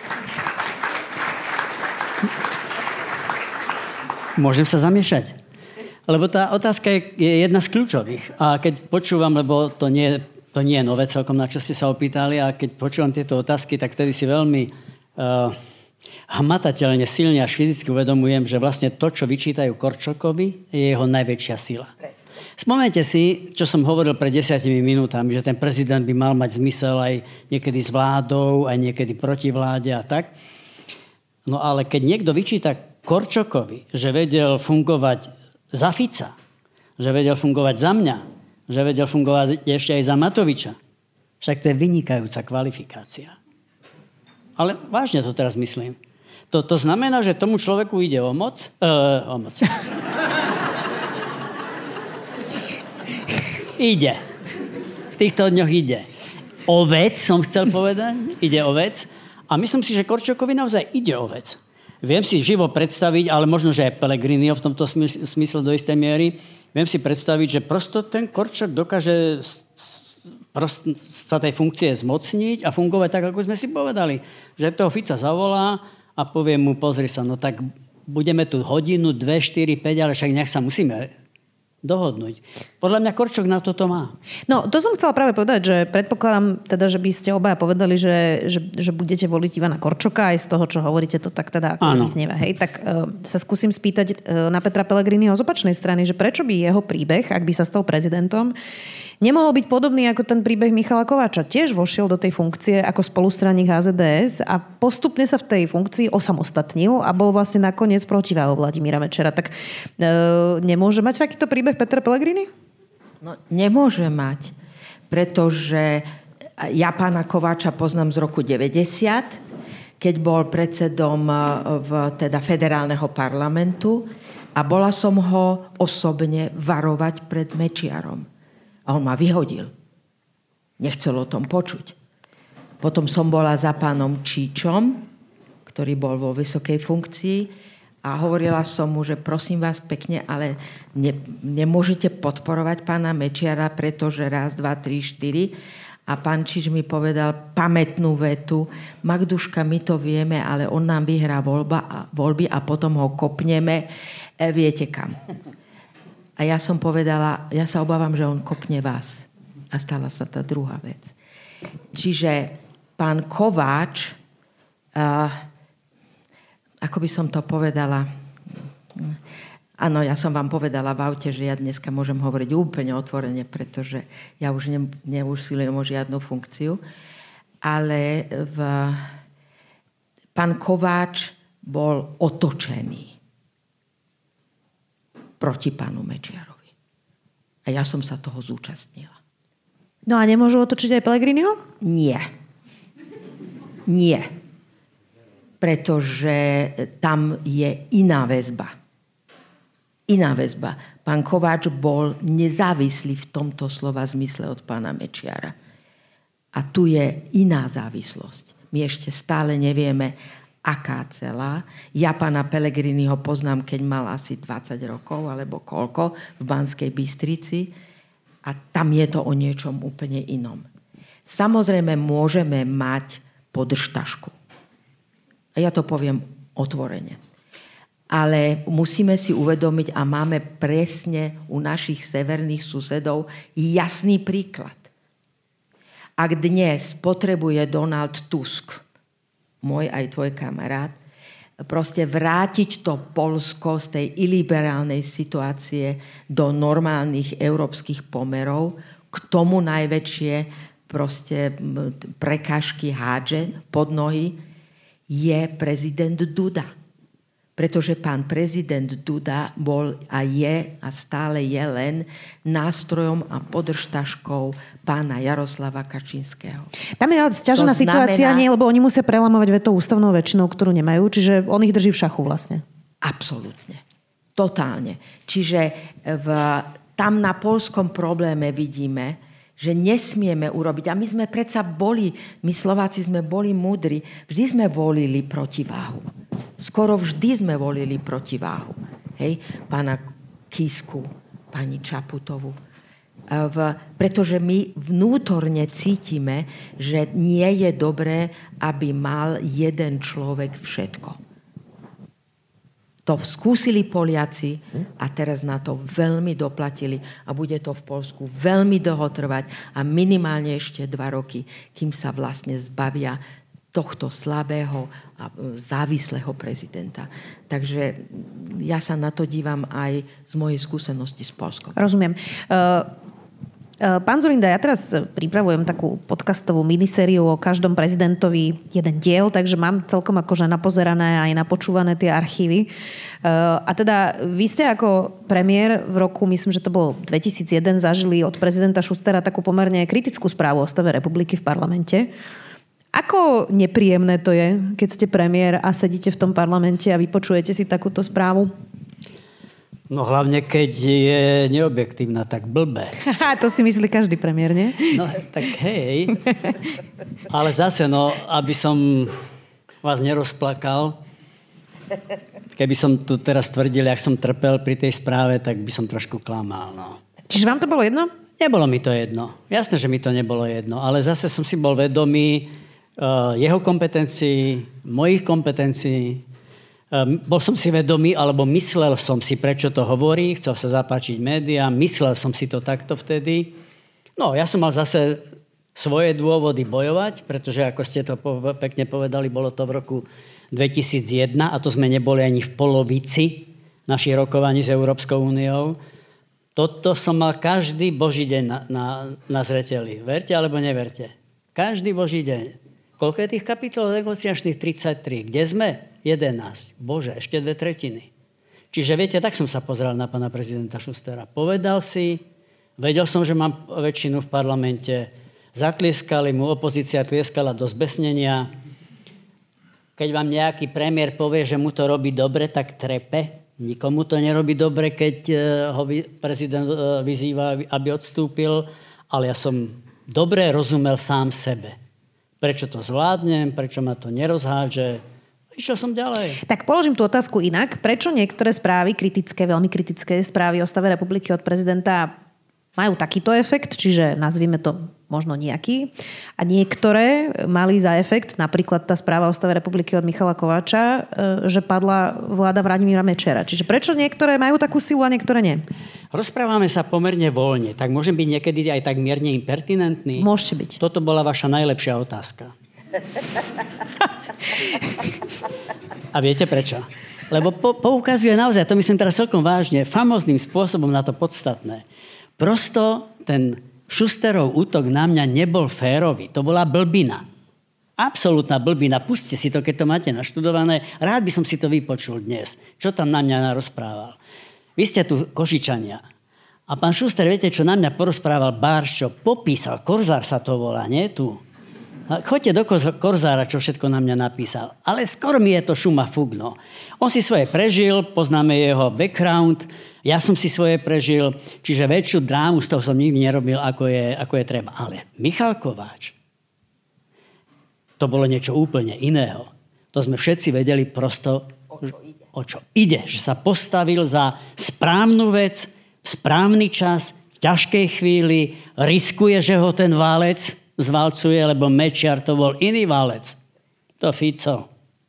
Môžem sa zamiešať? Lebo tá otázka je jedna z kľúčových. A keď počúvam, lebo to nie je nové celkom, na čo ste sa opýtali, a keď počúvam tieto otázky, tak vtedy si veľmi hmatateľne, silne až fyzicky uvedomujem, že vlastne to, čo vyčítajú Korčokovi, je jeho najväčšia sila. Spomeňte si, čo som hovoril pred 10 minútami, že ten prezident by mal mať zmysel aj niekedy s vládou, aj niekedy proti vláde a tak. No ale keď niekto vyčíta Korčokovi, že vedel fungovať za Fica, že vedel fungovať za mňa, že vedel fungovať ešte aj za Matoviča, však to je vynikajúca kvalifikácia. Ale vážne to teraz myslím. To znamená, že tomu človeku ide o moc. Ide. V týchto dňoch ide. O vec, som chcel povedať. Ide o vec. A myslím si, že Korčokovi naozaj ide o vec. Viem si živo predstaviť, ale možno, že aj Pellegrini v tomto smysle do istej miery, viem si predstaviť, že prosto ten Korčok dokáže sa tej funkcie zmocniť a fungovať tak, ako sme si povedali. Že toho Fica zavolá a povie mu, pozri sa, no tak budeme tu hodinu, 2, 4, 5, ale však nech sa musíme dohodnúť. Podľa mňa Korčok na toto má. No, to som chcela práve povedať, že predpokladám teda, že by ste obaja povedali, že budete voliť Ivana Korčoka, aj z toho, čo hovoríte, to tak teda ako vyznieva. Hej, tak sa skúsim spýtať na Petra Pellegriniho z opačnej strany, že prečo by jeho príbeh, ak by sa stal prezidentom, nemohol byť podobný ako ten príbeh Michala Kováča. Tiež vošiel do tej funkcie ako spolustranník HZDS a postupne sa v tej funkcii osamostatnil a bol vlastne nakoniec protiváhou Vladimíra Mečiara. Tak nemôže mať takýto príbeh Peter Pellegrini? No, nemôže mať, pretože ja pána Kováča poznám z roku 90, keď bol predsedom teda federálneho parlamentu a bola som ho osobne varovať pred Mečiarom. A on ma vyhodil. Nechcel o tom počuť. Potom som bola za pánom Číčom, ktorý bol vo vysokej funkcii a hovorila som mu, že prosím vás pekne, ale nemôžete podporovať pána Mečiara, pretože 1, 2, 3, 4. A pán Číč mi povedal pamätnú vetu: Magduška, my to vieme, ale on nám vyhrá voľby a potom ho kopneme, viete kam. A ja som povedala, ja sa obávam, že on kopne vás. A stala sa tá druhá vec. Čiže pán Kováč, ako by som to povedala, áno, ja som vám povedala v aute, že ja dneska môžem hovoriť úplne otvorene, pretože ja už neusilujem o žiadnu funkciu. Ale pán Kováč bol otočený proti pánu Mečiarovi. A ja som sa toho zúčastnila. No a nemôžu otočiť aj Pellegriniho? Nie. Nie. Pretože tam je iná väzba. Iná väzba. Pán Kováč bol nezávislý v tomto slova zmysle od pána Mečiara. A tu je iná závislosť. My ešte stále nevieme, aká celá. Ja pána Pellegriniho poznám, keď mal asi 20 rokov, alebo koľko, v Banskej Bystrici. A tam je to o niečom úplne inom. Samozrejme, môžeme mať podržtašku. A ja to poviem otvorene. Ale musíme si uvedomiť, a máme presne u našich severných susedov jasný príklad. Ak dnes potrebuje Donald Tusk, môj aj tvoj kamarát, proste vrátiť to Poľsko z tej iliberálnej situácie do normálnych európskych pomerov, k tomu najväčšie proste prekážky hádže pod nohy, je prezident Duda. Pretože pán prezident Duda bol a je a stále je len nástrojom a podržtaškou pána Jaroslava Kačinského. Tam je sťažená situácia, nie, lebo oni musia prelamovať veto ústavnou väčšinou, ktorú nemajú, čiže on ich drží v šachu vlastne. Absolútne. Totálne. Čiže tam na poľskom probléme vidíme, že nesmieme urobiť. A my sme predsa my Slováci sme boli múdri. Vždy sme volili protiváhu. Skoro vždy sme volili protiváhu. Hej? Pána Kisku, pani Čaputovu. Pretože my vnútorne cítime, že nie je dobré, aby mal jeden človek všetko. To skúsili Poliaci a teraz na to veľmi doplatili a bude to v Poľsku veľmi dlho trvať a minimálne ešte 2 roky, kým sa vlastne zbavia tohto slabého a závislého prezidenta. Takže ja sa na to dívam aj z mojej skúsenosti s Poľskom. Rozumiem. Pán Dzurinda, ja teraz pripravujem takú podcastovú minisériu o každom prezidentovi jeden diel, takže mám celkom akože napozerané aj napočúvané tie archívy. A teda vy ste ako premiér v roku, myslím, že to bolo 2001, zažili od prezidenta Schustera takú pomerne kritickú správu o stave republiky v parlamente. Ako nepríjemné to je, keď ste premiér a sedíte v tom parlamente a vypočujete si takúto správu? No hlavne, keď je neobjektívna, tak blbé. To si myslí každý premiér, nie? No tak hej. Ale zase, aby som vás nerozplakal, keby som tu teraz tvrdil, jak som trpel pri tej správe, tak by som trošku klamal. No. Čiže vám to bolo jedno? Nebolo mi to jedno. Jasné, že mi to nebolo jedno. Ale zase som si bol vedomý jeho kompetencií, mojich kompetencií. Bol som si vedomý, alebo myslel som si, prečo to hovorí, chcel sa zapáčiť médiám, myslel som si to takto vtedy. No, ja som mal zase svoje dôvody bojovať, pretože, ako ste to pekne povedali, bolo to v roku 2001 a to sme neboli ani v polovici našich rokovaní s Európskou úniou. Toto som mal každý boží deň na zreteli. Verte alebo neverte. Každý boží deň. Koľko je tých kapitol negociačných? 33. Kde sme? 11. Bože, ešte 2/3. Čiže viete, tak som sa pozrel na pána prezidenta Schustera. Povedal si, vedel som, že mám väčšinu v parlamente, zatlieskali mu, opozícia tlieskala do zbesnenia. Keď vám nejaký premiér povie, že mu to robí dobre, tak trepe. Nikomu to nerobí dobre, keď ho prezident vyzýva, aby odstúpil, ale ja som dobre rozumel sám sebe. Prečo to zvládnem, prečo ma to nerozhádže. Išiel som ďalej. Tak položím tú otázku inak. Prečo niektoré správy, kritické, veľmi kritické správy o stave republiky od prezidenta majú takýto efekt, čiže nazvime to možno nejaký, a niektoré mali za efekt, napríklad tá správa o stave republiky od Michala Kováča, že padla vláda Vladimíra Mečiara. Čiže prečo niektoré majú takú silu a niektoré nie? Rozprávame sa pomerne voľne, tak môžem byť niekedy aj tak mierne impertinentný? Môžete byť. Toto bola vaša najlepšia otázka. A viete prečo? Lebo poukazuje naozaj, to myslím teraz celkom vážne, famóznym spôsobom na to podstatné. Prosto ten Schusterov útok na mňa nebol férový. To bola blbina. Absolútna blbina. Pusťte si to, keď to máte naštudované. Rád by som si to vypočul dnes. Čo tam na mňa narozprával. Vy ste tu Košičania. A pán Schuster, viete, čo na mňa porozprával Bárš, čo popísal. Korzár sa to volá, nie tu? Choďte do Korzára, čo všetko na mňa napísal. Ale skoro mi je to šuma fugno. On si svoje prežil, poznáme jeho background, ja som si svoje prežil, čiže väčšiu drámu z toho som nikdy nerobil, ako je treba. Ale Michal Kováč, to bolo niečo úplne iného. To sme všetci vedeli prosto, o čo ide. Že sa postavil za správnu vec, v správny čas, v ťažkej chvíli, riskuje, že ho ten válec zvalcuje, lebo Mečiar to bol iný válec. To Fico.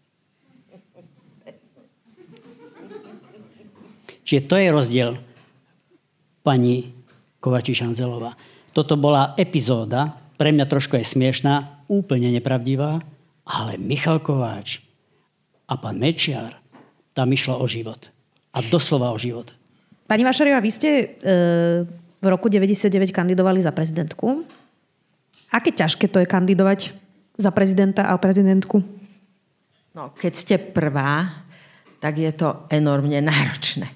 Čiže to je rozdiel, pani Kovačiš-Hanzelová. Toto bola epizóda, pre mňa trošku je smiešná, úplne nepravdivá, ale Michal Kováč a pán Mečiar, tam išlo o život. A doslova o život. Pani Vašariová, vy ste v roku 99 kandidovali za prezidentku. Aké ťažké to je kandidovať za prezidenta a prezidentku? No, keď ste prvá, tak je to enormne náročné.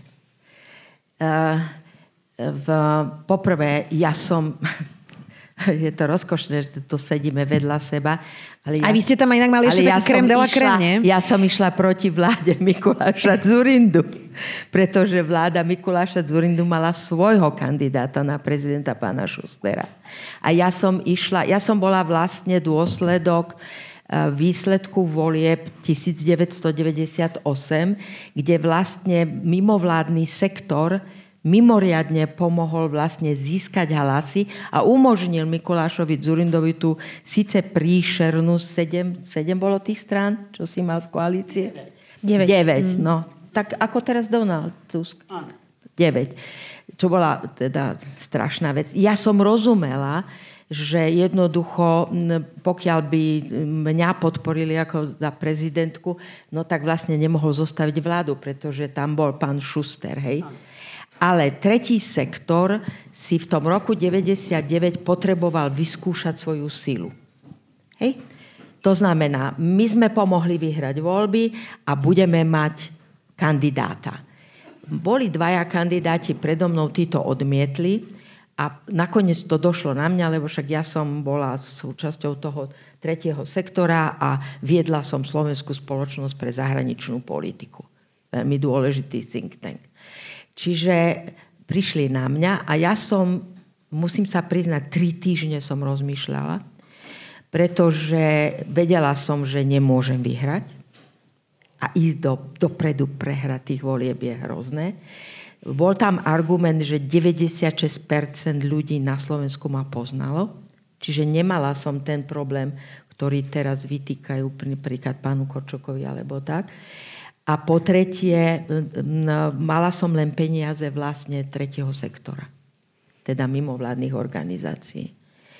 Poprvé, ja som... Je to rozkošné, že tu sedíme vedľa seba. Ale vy ste tam inak mali ešte taký krém de la krém, nie? Ja som išla proti vláde Mikuláša Dzurindu, pretože vláda Mikuláša Dzurindu mala svojho kandidáta na prezidenta pána Šustera. A ja som bola vlastne dôsledok výsledku volieb 1998, kde vlastne mimovládny sektor mimoriadne pomohol vlastne získať hlasy a umožnil Mikulášovi Dzurindovi tú síce príšernú 7 bolo tých strán, čo si mal v koalície? 9. No. Tak ako teraz Donald Tusk? 9. Čo bola teda strašná vec. Ja som rozumela, že jednoducho, pokiaľ by mňa podporili ako za prezidentku, no tak vlastne nemohol zostaviť vládu, pretože tam bol pán Šuster, hej? Ale tretí sektor si v tom roku 99 potreboval vyskúšať svoju silu. Hej? To znamená, my sme pomohli vyhrať voľby a budeme mať kandidáta. Boli 2 kandidáti predo mnou, títo odmietli a nakoniec to došlo na mňa, lebo však ja som bola súčasťou toho tretieho sektora a viedla som Slovenskú spoločnosť pre zahraničnú politiku. Veľmi dôležitý think tank. Čiže prišli na mňa a ja som, musím sa priznať, 3 týždne som rozmýšľala, pretože vedela som, že nemôžem vyhrať a ísť dopredu prehrať tých volieb je hrozné. Bol tam argument, že 96% ľudí na Slovensku ma poznalo, čiže nemala som ten problém, ktorý teraz vytýkajú napríklad pánu Korčokovi alebo tak. A po tretie, mala som len peniaze vlastne tretieho sektora, teda mimovládnych organizácií.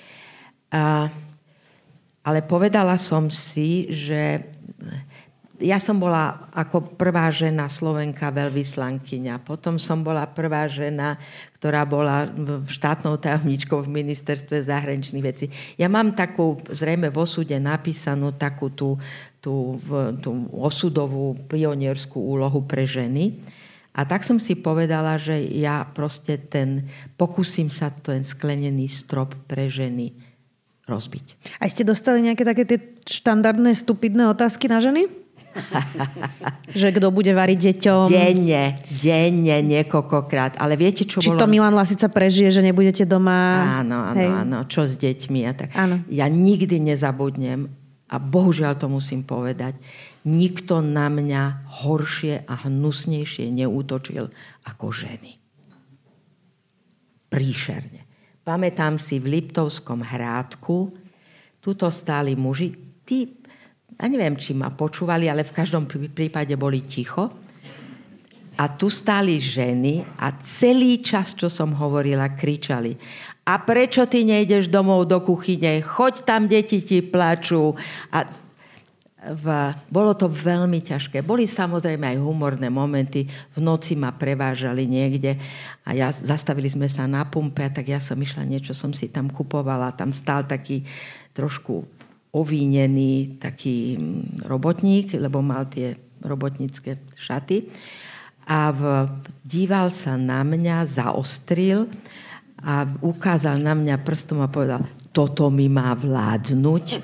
Ale povedala som si, že ja som bola ako prvá žena Slovenka veľvyslankyňa. Potom som bola prvá žena, ktorá bola štátnou tajomníčkou v ministerstve zahraničných vecí. Ja mám takú, zrejme v osude napísanú takú tú osudovú pionierskú úlohu pre ženy. A tak som si povedala, že ja proste pokúsim sa ten sklenený strop pre ženy rozbiť. A ste dostali nejaké také tie štandardné, stupidné otázky na ženy? Že kto bude variť deťom? Denne, niekoľkokrát. Ale viete, čo Či bolo? to Milan Lasica prežije, že nebudete doma? Áno. Čo s deťmi a tak. Áno. Ja nikdy nezabudnem, a bohužiaľ to musím povedať, nikto na mňa horšie a hnusnejšie neútočil ako ženy. Príšerne. Pamätám si v Liptovskom Hrádku, tuto stáli muži, ja neviem, či ma počúvali, ale v každom prípade boli ticho. A tu stáli ženy a celý čas, čo som hovorila, kričali: a prečo ty nejdeš domov do kuchyne? Choď tam, deti ti plačú. A bolo to veľmi ťažké. Boli samozrejme aj humorné momenty. V noci ma prevážali niekde a zastavili sme sa na pumpe, tak ja som išla, niečo som si tam kupovala. Tam stál taký trošku ovínený taký robotník, lebo mal tie robotnícke šaty. A díval sa na mňa, zaostril a ukázal na mňa prstom a povedal: toto mi má vládnuť.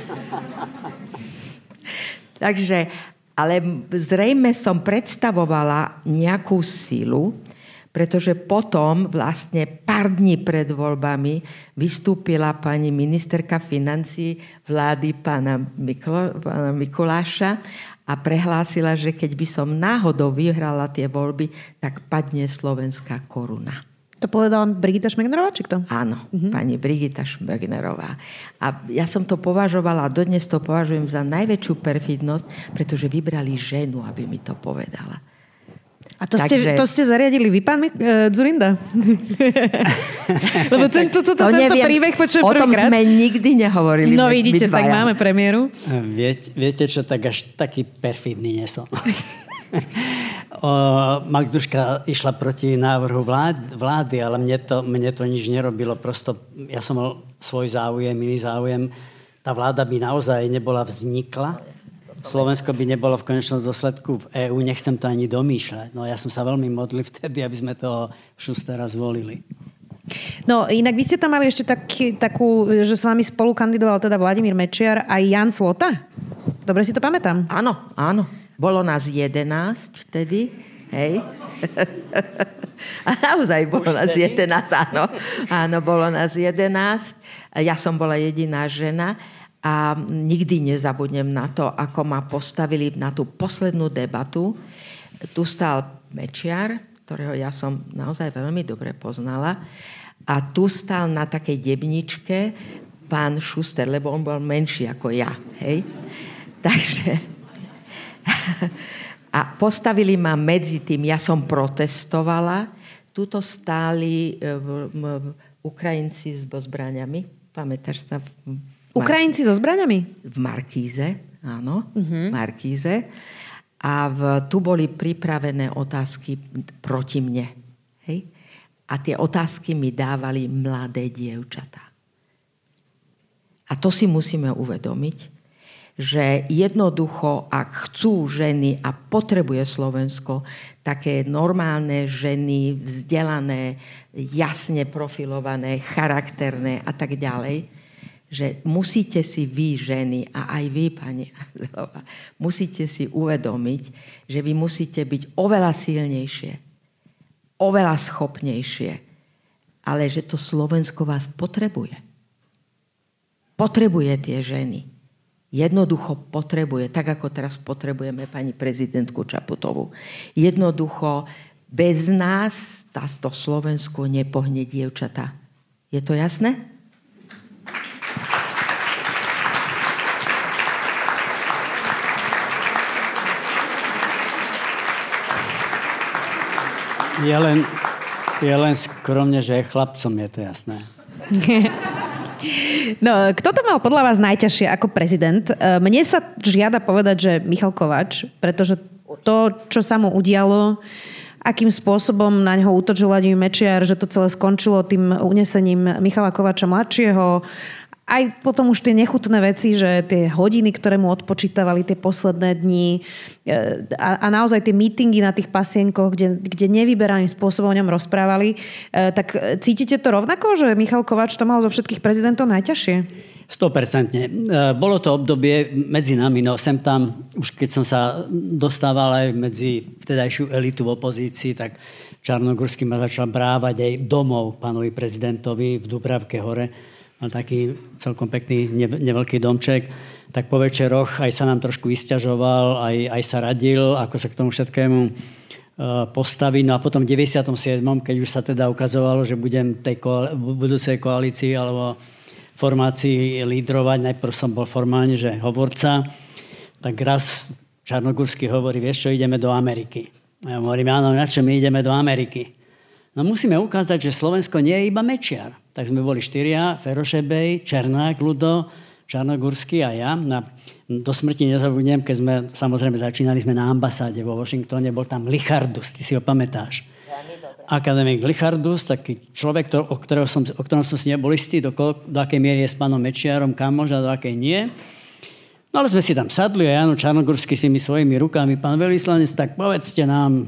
Takže, ale zrejme som predstavovala nejakú silu, pretože potom vlastne pár dní pred voľbami vystúpila pani ministerka financií vlády pána Mikuláša a prehlásila, že keď by som náhodou vyhrala tie voľby, tak padne slovenská koruna. To povedala Brigita Šmegnerová, či kto? Áno, pani Brigita Šmegnerová. A ja som to považovala, a dodnes to považujem za najväčšiu perfidnosť, pretože vybrali ženu, aby mi to povedala. A to ste zariadili vy, pán Dzurinda? Lebo tento príbeh počujem prvýkrát. O tom sme nikdy nehovorili. No vidíte, tak máme premiéru. Viete čo, tak až taký perfidný nie som. Magduška išla proti návrhu vlády, ale mne to nič nerobilo. Prosto ja som mal svoj záujem, iný záujem. Tá vláda by naozaj nebola vznikla. Slovensko by nebolo v konečnom dôsledku v EÚ. Nechcem to ani domýšľať. No ja som sa veľmi modlil vtedy, aby sme toho Schustera zvolili. No, inak vy ste tam mali ešte takú, že s vami spolu kandidoval teda Vladimír Mečiar a Jan Slota? Dobre si to pamätám? Áno. Bolo nás 11 vtedy, hej. A naozaj bolo nás 11, áno. Áno, bolo nás 11. Ja som bola jediná žena a nikdy nezabudnem na to, ako ma postavili na tú poslednú debatu. Tu stál Mečiar, ktorého ja som naozaj veľmi dobre poznala. A tu stál na takej debničke pán Schuster, lebo on bol menší ako ja, hej. Takže a postavili ma medzi tým, ja som protestovala, tuto stáli Ukrajinci so zbraňami, pamätáš sa? Ukrajinci so zbraňami? V Markíze, áno, Markíze. A tu boli pripravené otázky proti mne. Hej? A tie otázky mi dávali mladé dievčatá. A to si musíme uvedomiť, že jednoducho, ak chcú ženy a potrebuje Slovensko také normálne ženy, vzdelané, jasne profilované, charakterné a tak ďalej, že musíte si vy, ženy, a aj vy, pani Azelová, musíte si uvedomiť, že vy musíte byť oveľa silnejšie, oveľa schopnejšie, ale že to Slovensko vás potrebuje. Potrebuje tie ženy. Jednoducho potrebuje, tak ako teraz potrebujeme pani prezidentku Čaputovú. Jednoducho bez nás táto Slovensko nepohne, dievčatá. Je to jasné? Je len skromne, že chlapcom je to jasné. No, kto to mal podľa vás najťažšie ako prezident? Mne sa žiada povedať, že Michal Kováč, pretože to, čo sa mu udialo, akým spôsobom na ňo útočil Vladimír Mečiar, že to celé skončilo tým unesením Michala Kováča mladšieho. Aj potom už tie nechutné veci, že tie hodiny, ktoré mu odpočítavali, tie posledné dni a naozaj tie meetingy na tých pasienkoch, kde nevyberaným spôsobom o ňom rozprávali. Tak cítite to rovnako, že Michal Kováč to mal zo všetkých prezidentov najťažšie? 100%. Bolo to obdobie medzi nami, no sem tam, už keď som sa dostával aj medzi vtedajšiu elitu v opozícii, tak Čarnogurský ma začal brávať aj domov pánovi prezidentovi v Dubravke hore. Mal taký celkom pekný, neveľký domček. Tak po večeroch aj sa nám trošku vysťažoval, aj sa radil, ako sa k tomu všetkému postaviť. No a potom v 97., keď už sa teda ukazovalo, že budem tej budúcej koalícii alebo formácii lídrovať, najprv som bol formálne, že hovorca, tak raz Čarnogurský hovorí, vieš čo, ideme do Ameriky. A ja hovorím, áno, na čo my ideme do Ameriky? No musíme ukázať, že Slovensko nie je iba Mečiar. Tak sme boli 4, Ferošebej, Černák, Ľudo, Čarnogurský a ja. Do smrti nezabudnem, keď sme samozrejme začínali sme na ambasáde vo Washingtone, bol tam Lichardus, ty si ho pamätáš. Akademik Lichardus, taký človek, o ktorom som si nebol istý, do akej miery je s pánom Mečiarom kamoš a do akej nie. No ale sme si tam sadli a Jano Čarnogurský si mi svojimi rukami, pán veľvyslanec, tak povedzte nám,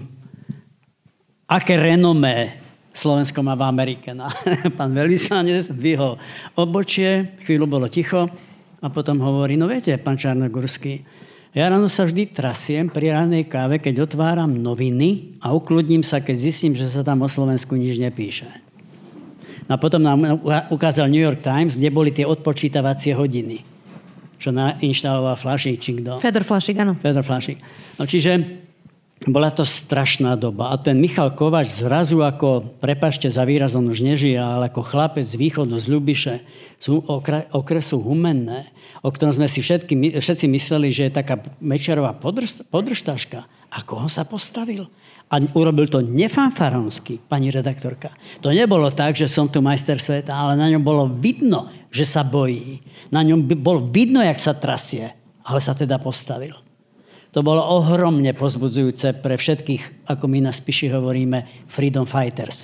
aké renomé Slovensko má v Amerike. No, pán veľvyslanec dvihol obočie, chvíľu bolo ticho a potom hovorí, no viete, pán Čarnogurský, ja ráno sa vždy trasiem pri ranej káve, keď otváram noviny a ukludním sa, keď zistím, že sa tam o Slovensku nič nepíše. No a potom nám ukázal New York Times, kde boli tie odpočítavacie hodiny, čo nainštaloval Flašík, či kto? Fedor Flašík, áno. Fedor Flašík. No čiže bola to strašná doba. A ten Michal Kováč zrazu ako, prepáčte za výraz, on už nežije, ale ako chlapec z východu, z Ľubiše, z okresu Humenné, o ktorom sme si všetci mysleli, že je taká Mečiarová podržtaška. A koho sa postavil? A urobil to nefanfaronsky, pani redaktorka. To nebolo tak, že som tu majster sveta, ale na ňom bolo vidno, že sa bojí. Na ňom bolo vidno, jak sa trasie, ale sa teda postavil. To bolo ohromne povzbudzujúce pre všetkých, ako my na Spiši hovoríme, freedom fighters.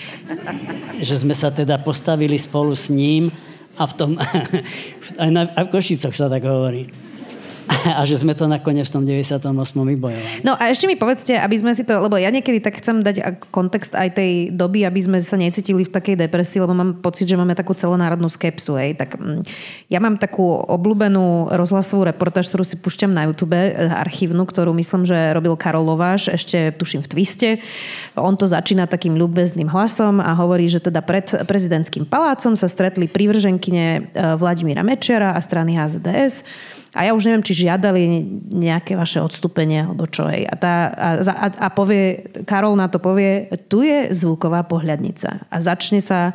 Že sme sa teda postavili spolu s ním a aj v Košicoch sa tak hovorí. A že sme to nakoniec v tom 98. vybojovali. No a ešte mi povedzte, aby sme si to, lebo ja niekedy tak chcem dať kontext aj tej doby, aby sme sa necítili v takej depresii, lebo mám pocit, že máme takú celonárodnú skepsu. Tak ja mám takú obľúbenú rozhlasovú reportáž, ktorú si púšťam na YouTube, archívnu, ktorú myslím, že robil Karol Lováš, ešte tuším v Twiste. On to začína takým ľúbezným hlasom a hovorí, že teda pred prezidentským palácom sa stretli prívrženkyne Vladimíra Mečiara a strany HZDS. A ja už neviem, či žiadali nejaké vaše odstúpenie, alebo čo. A povie, Karol na to povie, tu je zvuková pohľadnica. A začne sa,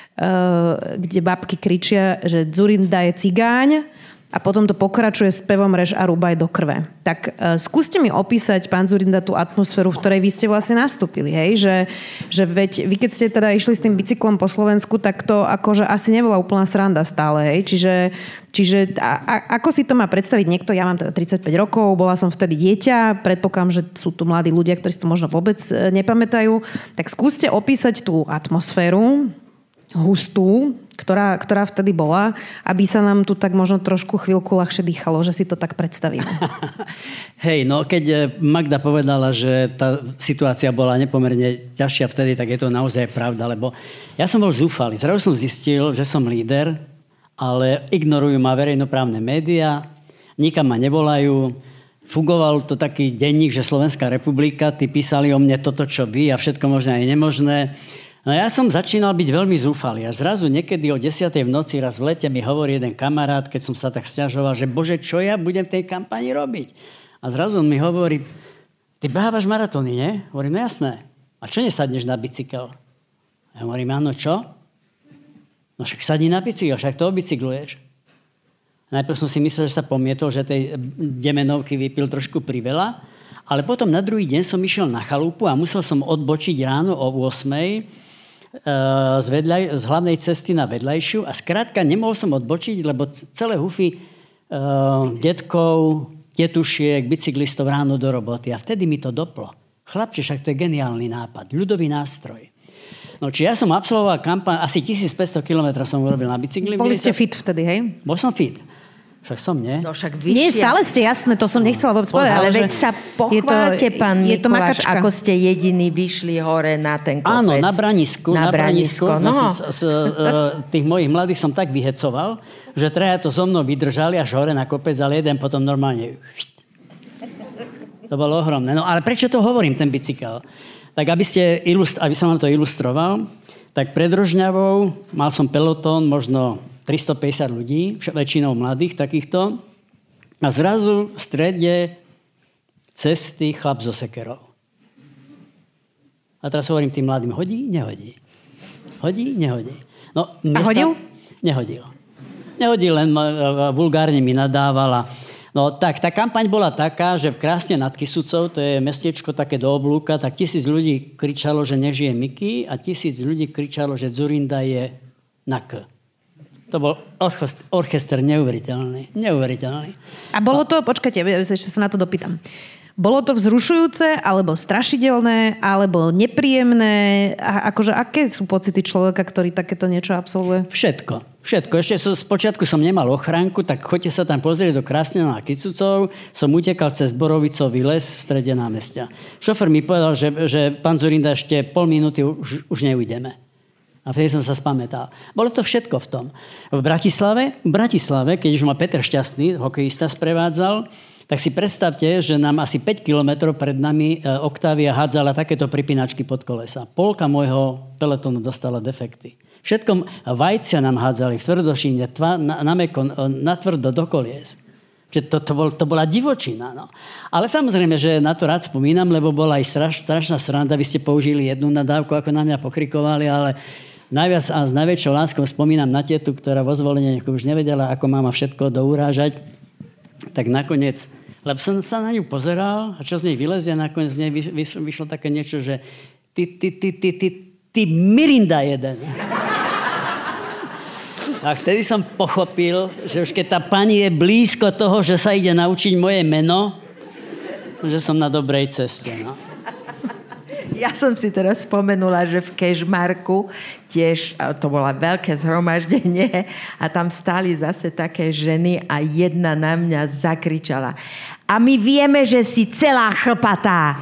kde babky kričia, že Dzurinda je cigáň, a potom to pokračuje spevom Rež a rúbaj do krve. Tak skúste mi opísať, pán Dzurinda, tú atmosféru, v ktorej vy ste vlastne nastúpili. Hej? Že veď vy, keď ste teda išli s tým bicyklom po Slovensku, tak to akože asi nebola úplná sranda stále. Hej? Čiže ako si to má predstaviť niekto? Ja mám teda 35 rokov, bola som vtedy dieťa, predpokladám, že sú tu mladí ľudia, ktorí si to možno vôbec nepamätajú. Tak skúste opísať tú atmosféru hustú, ktorá vtedy bola, aby sa nám tu tak možno trošku chvíľku ľahšie dýchalo, že si to tak predstavíme. Hej, no keď Magda povedala, že tá situácia bola nepomerne ťažšia vtedy, tak je to naozaj pravda, lebo ja som bol zúfalý. Zrazu som zistil, že som líder, ale ignorujú ma verejnoprávne médiá, nikam ma nevolajú. Fungoval to taký denník, že Slovenská republika, tí písali o mne toto, čo vy a všetko možné aj nemožné. No ja som začínal byť veľmi zúfalý a zrazu niekedy o 10:00 v noci raz v lete mi hovorí jeden kamarát, keď som sa tak sťažoval, že bože, čo ja budem v tej kampani robiť? A zrazu on mi hovorí, ty behávaš maratóny, nie? Hovorím, no jasné. A čo nesadneš na bicykel? Ja hovorím, áno, čo? No však sadni na bicykel, však to obicykluješ. Najprv som si myslel, že sa pomietol, že tej demenovky vypil trošku priveľa, ale potom na druhý deň som išiel na chalupu a musel som odbočiť ráno o 8:00 z hlavnej cesty na vedľajšiu a skrátka nemohol som odbočiť, lebo celé hufy detkov, tetušiek, bicyklistov ráno do roboty. A vtedy mi to doplo. Chlapče, však to je geniálny nápad, ľudový nástroj. No, či ja som absolvoval kampaň, asi 1500 km som urobil na bicykli. Boli ste fit vtedy, hej? Bol som fit. Však som, nie? No, však Nie, stále ste, jasné, to som nechcela vôbec povedať. Ale veď sa pochváľte, pán Mikuláš, ako ste jediní vyšli hore na ten kopec. Áno, na Branisku. Na Branisku. No. Tých mojich mladých som tak vyhecoval, že traja to so mnou vydržali až hore na kopec, ale jeden potom normálne... To bolo ohromné. No ale prečo to hovorím, ten bicykel? Tak aby som vám to ilustroval, tak pred Rožňavou mal som pelotón, možno 350 ľudí, väčšinou mladých takýchto. A zrazu v strede cesty chlap so sekerou. A teraz hovorím tým mladým, hodí, nehodí. Hodí, nehodí. No, a hodil? Nehodil. Nehodil, len vulgárne mi nadávala. No tak, tá kampaň bola taká, že krásne nad Kysucou, to je mestečko také do oblúka, tak 1000 ľudí kričalo, že nežije Miky a 1000 ľudí kričalo, že Dzurinda je na K. To bol orchester neuveriteľný. Neuveriteľný. A bolo to, počkajte, ešte sa na to dopýtam. Bolo to vzrušujúce, alebo strašidelné, alebo nepríjemné? Akože, aké sú pocity človeka, ktorý takéto niečo absolvuje? Všetko. Ešte spočiatku som nemal ochránku, tak choďte sa tam pozrieť do Krásneho na Kysucov. Som utekal cez Borovicový les v strede námestia. Šofer mi povedal, že pán Dzurinda, ešte pol minúty už neujdeme. A vtedy som sa spamätal. Bolo to všetko v tom. V Bratislave, keď už ma Peter Šťastný, hokejista, sprevádzal, tak si predstavte, že nám asi 5 kilometrov pred nami Octavia hádzala takéto pripínačky pod kolesa. Polka môjho peletonu dostala defekty. Všetkom vajcia nám hádzali v tvrdošíne, natvrdo do kolies. To bola divočina. No. Ale samozrejme, že na to rád spomínam, lebo bola aj strašná sranda. Vy ste použili jednu nadávku, ako na mňa pokrikovali, ale najviac a s najväčšou láskou spomínam na tetu, ktorá vo Zvolenie už nevedela, ako má my dourážať. Tak nakoniec, lebo som sa na ňu pozeral a čo z nej vylezie, nakoniec z nej vyšlo také niečo, že ty Mirinda jeden. A vtedy som pochopil, že už keď tá pani je blízko toho, že sa ide naučiť moje meno, že som na dobrej ceste. No. Ja som si teraz spomenula, že v Kežmarku tiež, to bola veľké zhromaždenie a tam stáli zase také ženy a jedna na mňa zakričala: a my vieme, že si celá chlpatá.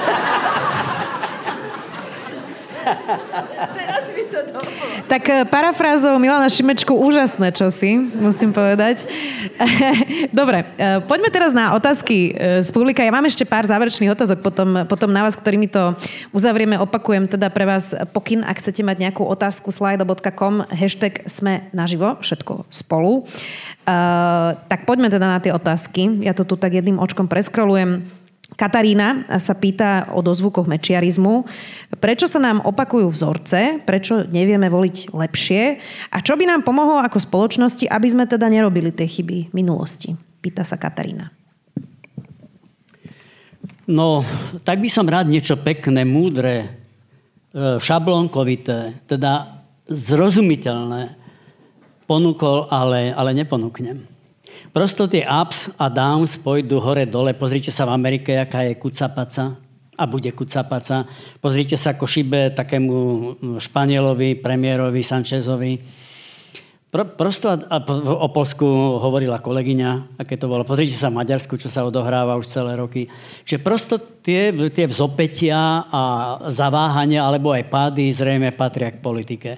Teraz mi to dovolí. Tak parafrázou Milana Šimečku úžasné čosi, musím povedať. Dobre, poďme teraz na otázky z publika. Ja mám ešte pár záverečných otázok potom na vás, ktorými to uzavrieme. Opakujem teda pre vás pokyn, ak chcete mať nejakú otázku, slido.com, hashtag sme naživo, všetko spolu. Tak poďme teda na tie otázky. Ja to tu tak jedným očkom preskrolujem. Katarína sa pýta o dozvukoch mečiarizmu. Prečo sa nám opakujú vzorce? Prečo nevieme voliť lepšie? A čo by nám pomohlo ako spoločnosti, aby sme teda nerobili tie chyby minulosti? Pýta sa Katarína. No, tak by som rád niečo pekné, múdre, šablónkovité, teda zrozumiteľné ponúkol, ale neponúknem. Prosto tie ups a downs pôjdu hore-dole. Pozrite sa v Amerike, aká je kucapaca a bude kucapaca. Pozrite sa, ako šibe takému Španielovi, premiérovi, Sanchezovi. Prosto o Polsku hovorila kolegyňa, aké to bolo. Pozrite sa v Maďarsku, čo sa odohráva už celé roky. Čiže prosto tie vzopätia a zaváhania, alebo aj pády zrejme patria k politike.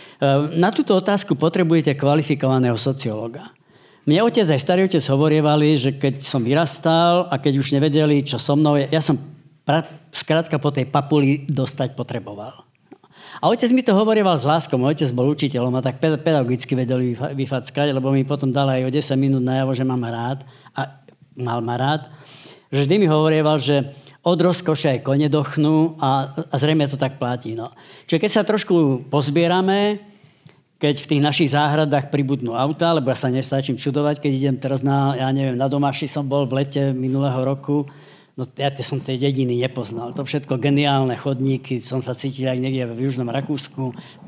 Na túto otázku potrebujete kvalifikovaného sociológa. Mne otec aj starý otec hovorievali, že keď som vyrastal a keď už nevedeli, čo so mnou je, ja som skrátka po tej papuli dostať potreboval. A otec mi to hovorieval s láskou. Môj otec bol učiteľom a tak pedagogicky vedeli vyfackať, lebo mi potom dal aj o 10 minút najavo, že mám rád a mal ma rád. Že vždy mi hovorieval, že od rozkoše aj kone dochnú a zrejme to tak platí. No. Čiže keď sa trošku pozbierame, keď v tých našich záhradách pribudnú auta, lebo ja sa nestačím čudovať, keď idem teraz na Domaši som bol v lete minulého roku, no ja som tej dediny nepoznal. To všetko geniálne chodníky, som sa cítil aj niekde v Južnom Rakúsku, v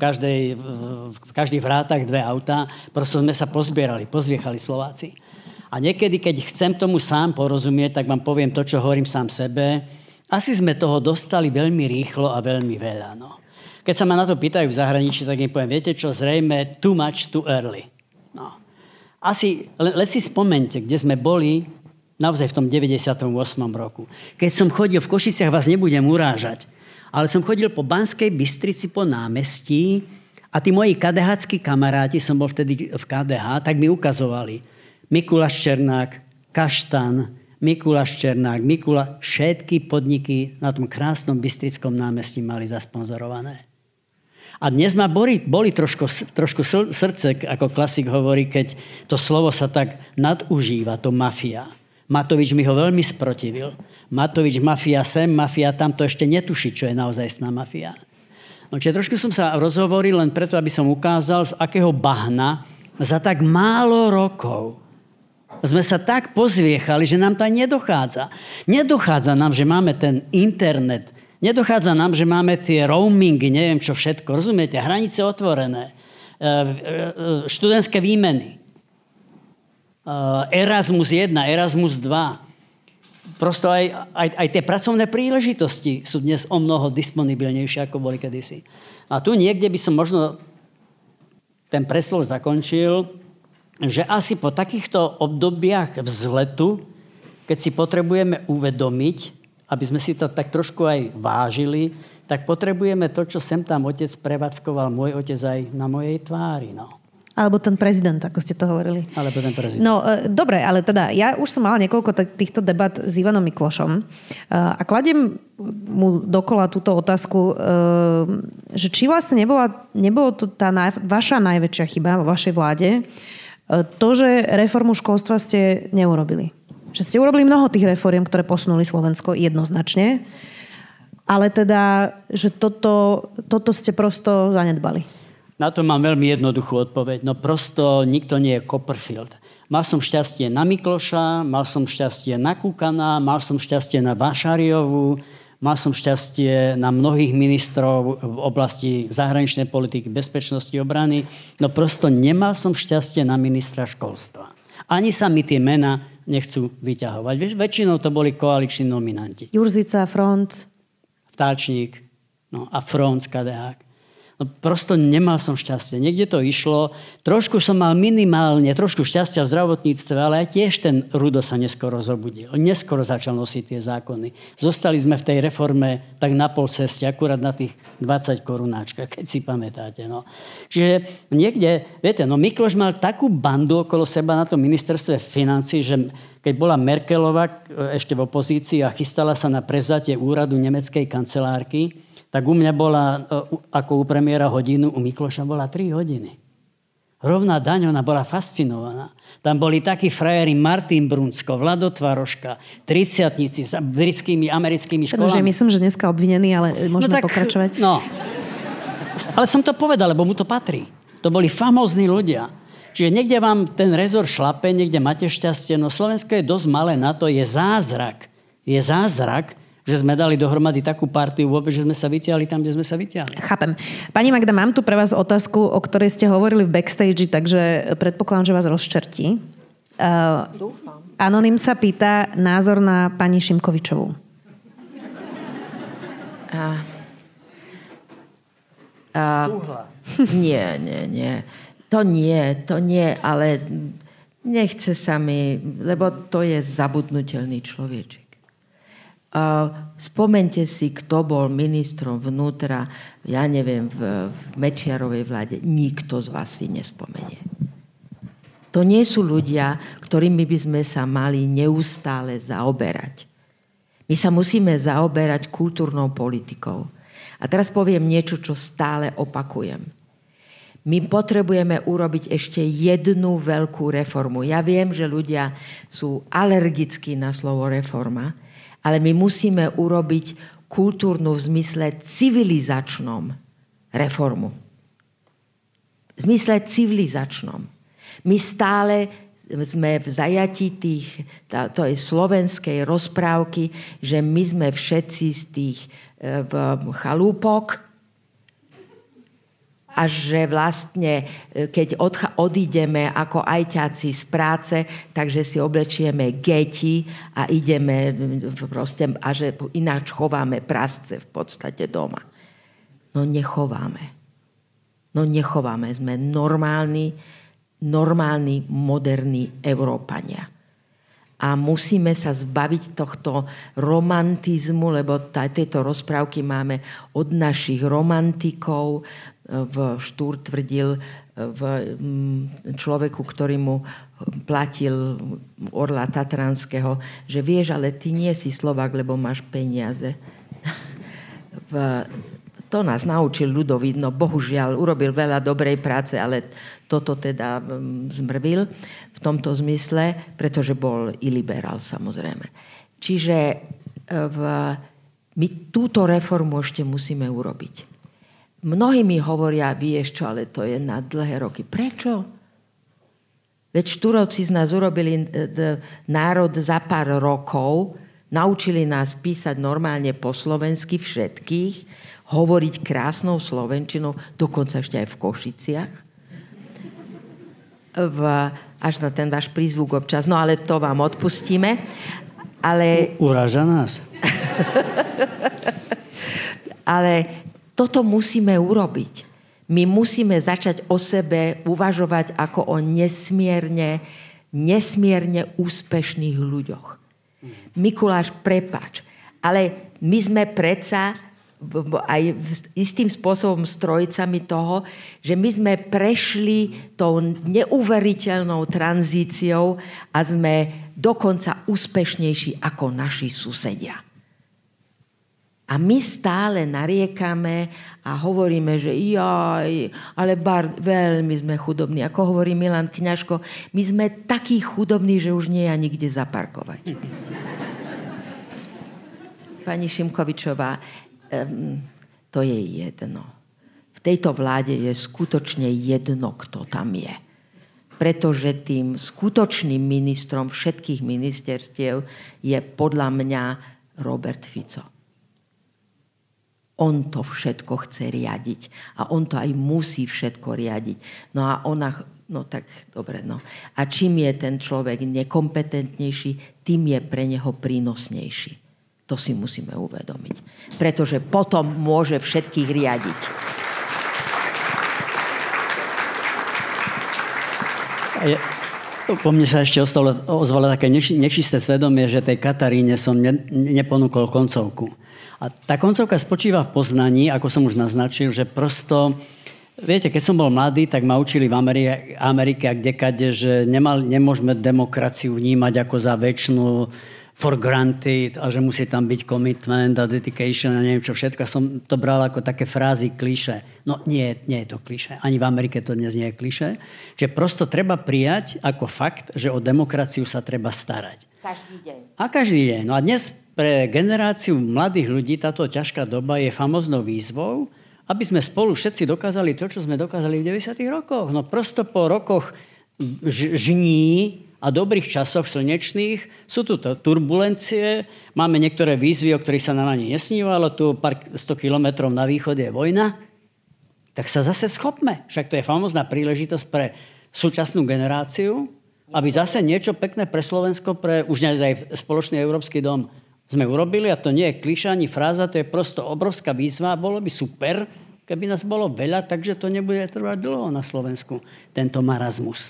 každých vrátach 2 autá, prosto sme sa pozbierali, pozviechali Slováci. A niekedy, keď chcem tomu sám porozumieť, tak vám poviem to, čo hovorím sám sebe. Asi sme toho dostali veľmi rýchlo a veľmi veľa, no. Keď sa ma na to pýtajú v zahraničí, tak im poviem, viete čo, zrejme too much too early. No. Asi, len si spomente, kde sme boli naozaj v tom 98. roku. Keď som chodil v Košiciach, vás nebudem urážať, ale som chodil po Banskej Bystrici po námestí a tí moji KDH-čkí kamaráti, som bol vtedy v KDH, tak mi ukazovali Mikuláš Černák, Kaštan, Mikuláš Černák, všetky podniky na tom krásnom Bystrickom námestí mali zasponzorované. A dnes ma boli trošku srdce, ako klasik hovorí, keď to slovo sa tak nadužíva, to mafia. Matovič mi ho veľmi sprotivil. Matovič, mafia sem, mafia tam, to ešte netuší, čo je naozajstná mafia. No, čiže trošku som sa rozhovoril len preto, aby som ukázal, z akého bahna za tak málo rokov sme sa tak pozviechali, že nám to aj nedochádza. Nedochádza nám, že máme ten internet. Nedochádza nám, že máme tie roamingy, neviem čo všetko. Rozumiete? Hranice otvorené. Študentské výmeny. Erasmus 1, Erasmus 2. Prosto aj tie pracovné príležitosti sú dnes o mnoho disponibilnejšie, ako boli kedysi. A tu niekde by som možno ten preslov zakončil, že asi po takýchto obdobiach vzletu, keď si potrebujeme uvedomiť, aby sme si to tak trošku aj vážili, tak potrebujeme to, čo sem tam otec prevádzkoval, môj otec aj na mojej tvári. No. Alebo ten prezident, ako ste to hovorili. Alebo ten prezident. No, dobre, ale teda ja už som mala niekoľko týchto debat s Ivanom Miklošom a kladiem mu dokola túto otázku, že či vlastne nebolo to tá vaša najväčšia chyba vo vašej vláde, to, že reformu školstva ste neurobili. Že ste urobili mnoho tých reforiem, ktoré posunuli Slovensko jednoznačne, ale teda, že toto ste prosto zanedbali. Na to mám veľmi jednoduchú odpoveď. No prosto nikto nie je Copperfield. Mal som šťastie na Mikloša, mal som šťastie na Kukana, mal som šťastie na Vašariovu, mal som šťastie na mnohých ministrov v oblasti zahraničnej politiky, bezpečnosti, obrany. No prosto nemal som šťastie na ministra školstva. Ani sa mi tie mená nechcú vyťahovať. Väčšinou to boli koaliční nominanti. Jurzica, Front. Vtáčnik, no a Front, kadehák. No prosto nemal som šťastie. Niekde to išlo. Trošku som mal minimálne, trošku šťastia v zdravotníctve, ale aj tiež ten Rudo sa neskoro zobudil. Neskoro začal nosiť tie zákony. Zostali sme v tej reforme tak na pol ceste, akurát na tých 20 korunáčkach, keď si pamätáte. No. Čiže niekde, viete, no Mikloš mal takú bandu okolo seba na tom ministerstve financií, že keď bola Merkelová ešte v opozícii a chystala sa na prevzatie úradu nemeckej kancelárky, tak u mňa bola, ako u premiéra hodinu, u Mikloša bola 3 hodiny. Rovná daň, ona bola fascinovaná. Tam boli takí frajeri Martin Brunsko, Vlado Tvaroška, 30-tnici s britskými, americkými školami. Takže myslím, že dneska obvinený, ale môžeme pokračovať. No, ale som to povedal, lebo mu to patrí. To boli famózni ľudia. Čiže niekde vám ten rezort šlape, niekde máte šťastie, no Slovensko je dosť malé na to, je zázrak, že sme dali dohromady takú partiu vôbec, že sme sa vytiahli tam, kde sme sa vytiahli. Chápem. Pani Magda, mám tu pre vás otázku, o ktorej ste hovorili v backstage, takže predpokladám, že vás rozčertí. Dúfam. Anonym sa pýta názor na pani Šimkovičovú. Nie. To nie, ale nechce sa mi, lebo to je zabudnutelný človečik. Spomente si, kto bol ministrom vnútra, ja neviem, v Mečiarovej vláde. Nikto z vás si nespomenie. To nie sú ľudia, ktorými by sme sa mali neustále zaoberať. My sa musíme zaoberať kultúrnou politikou. A teraz poviem niečo, čo stále opakujem. My potrebujeme urobiť ešte jednu veľkú reformu. Ja viem, že ľudia sú alergickí na slovo reforma, ale my musíme urobiť kultúrnu v zmysle civilizačnom reformu. V zmysle civilizačnom. My stále sme v zajatí tej slovenskej rozprávky, že my sme všetci z tých chalúpok a že vlastne, keď odídeme ako ajťáci z práce, takže si oblečieme geti a ideme proste, a že ináč chováme prasce v podstate doma. No nechováme. Sme normálni, moderní Európania. A musíme sa zbaviť tohto romantizmu, lebo tieto rozprávky máme od našich romantikov. Štúr tvrdil človeku, ktorý mu platil orla Tatranského, že vieš, ale ty nie si Slovák, lebo máš peniaze. To nás naučil Ľudovít, no bohužiaľ urobil veľa dobrej práce, ale toto teda zmrvil v tomto zmysle, pretože bol i liberál samozrejme. Čiže my túto reformu ešte musíme urobiť. Mnohí mi hovoria, vieš čo, ale to je na dlhé roky. Prečo? Veď Štúrovci z nás urobili národ za pár rokov, naučili nás písať normálne po slovensky všetkých, hovoriť krásnou slovenčinou, dokonca ešte aj v Košiciach. Až na ten váš prízvuk občas. No ale to vám odpustíme. Ale... Uráža nás. Ale toto musíme urobiť. My musíme začať o sebe uvažovať ako o nesmierne úspešných ľuďoch. Mikuláš, prepáč. Ale my sme predsa aj istým spôsobom strojcami toho, že my sme prešli tou neuveriteľnou tranzíciou a sme dokonca úspešnejší ako naši susedia. A my stále nariekame a hovoríme, že ale veľmi sme chudobní. Ako hovorí Milan Kňažko, my sme takí chudobní, že už nie je nikde zaparkovať. Pani Šimkovičová, to je jedno. V tejto vláde je skutočne jedno, kto tam je. Pretože tým skutočným ministrom všetkých ministerstiev je podľa mňa Robert Fico. On to všetko chce riadiť. A on to aj musí všetko riadiť. No a ona No tak, dobre, no. A čím je ten človek nekompetentnejší, tým je pre neho prínosnejší. To si musíme uvedomiť. Pretože potom môže všetkých riadiť. Po mne sa ešte ozvalo také nečisté svedomie, že tej Kataríne som neponúkol koncovku. A tá koncovka spočíva v poznaní, ako som už naznačil, že prosto, viete, keď som bol mladý, tak ma učili v Amerike a kdekade, že nemôžeme demokraciu vnímať ako za večnú for granted a že musí tam byť commitment a dedication a neviem čo všetko. Som to bral ako také frázy klišé. No nie je to klišé. Ani v Amerike to dnes nie je klišé. Čiže prosto treba prijať ako fakt, že o demokraciu sa treba starať. Každý deň. A každý deň. No a dnes pre generáciu mladých ľudí táto ťažká doba je famóznou výzvou, aby sme spolu všetci dokázali to, čo sme dokázali v 90. rokoch. No prosto po rokoch žní a dobrých časoch slnečných sú tu turbulencie, máme niektoré výzvy, o ktorých sa nám ani nesnívalo, tu pár 100 kilometrov na východ je vojna, tak sa zase schopme. Však to je famózna príležitosť pre súčasnú generáciu, aby zase niečo pekné pre Slovensko, pre už aj spoločný európsky dom sme urobili, a to nie je klišá ani fráza, to je prosto obrovská výzva. Bolo by super, keby nás bolo veľa, takže to nebude trvať dlho na Slovensku, tento marazmus.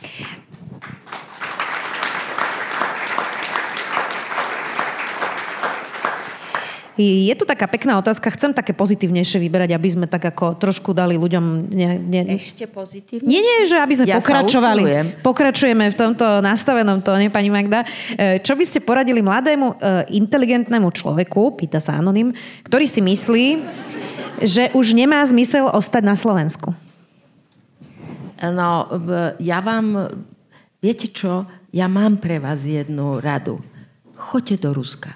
Je tu taká pekná otázka. Chcem také pozitívnejšie vyberať, aby sme tak ako trošku dali ľuďom... Ešte pozitívne? Nie, že aby sme pokračovali. Pokračujeme v tomto nastavenom tóne, pani Magda. Čo by ste poradili mladému, inteligentnému človeku, pýta sa anonym, ktorý si myslí, že už nemá zmysel ostať na Slovensku? No, ja vám... Viete čo? Ja mám pre vás jednu radu. Choďte do Ruska.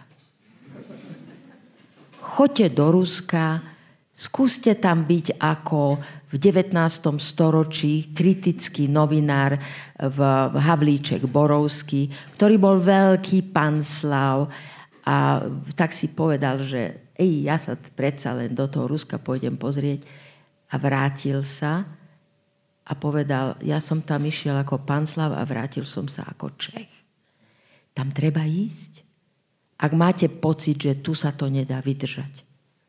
Choďte do Ruska, skúste tam byť ako v 19. storočí kritický novinár v Havlíček Borovský, ktorý bol veľký panslav a tak si povedal, že ja sa predsa len do toho Ruska pôjdem pozrieť, a vrátil sa a povedal, ja som tam išiel ako panslav a vrátil som sa ako Čech. Tam treba ísť. Ak máte pocit, že tu sa to nedá vydržať.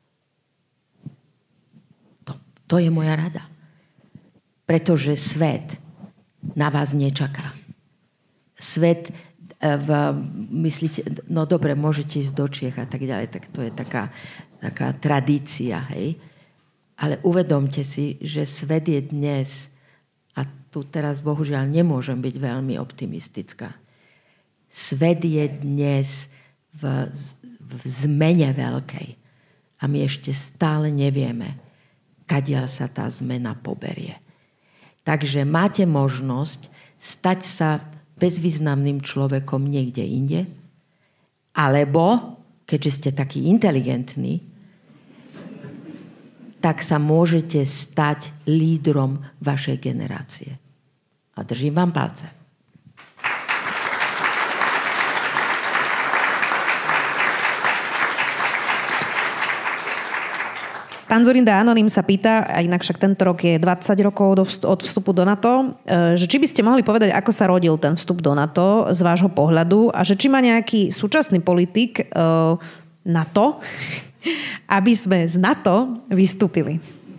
To je moja rada. Pretože svet na vás nečaká. Svet, myslíte, no dobre, môžete ísť do Čiech a tak ďalej, tak to je taká tradícia, hej. Ale uvedomte si, že svet je dnes, a tu teraz bohužiaľ nemôžem byť veľmi optimistická, svet je dnes v zmene veľkej. A my ešte stále nevieme, kadiaľ sa tá zmena poberie. Takže máte možnosť stať sa bezvýznamným človekom niekde inde, alebo, keďže ste takí inteligentní, tak sa môžete stať lídrom vašej generácie. A držím vám palce. Pán Dzurinda Anonym sa pýta, a inak však tento rok je 20 rokov od vstupu do NATO, že či by ste mohli povedať, ako sa rodil ten vstup do NATO z vášho pohľadu a že či má nejaký súčasný politik NATO, aby sme z NATO vystúpili.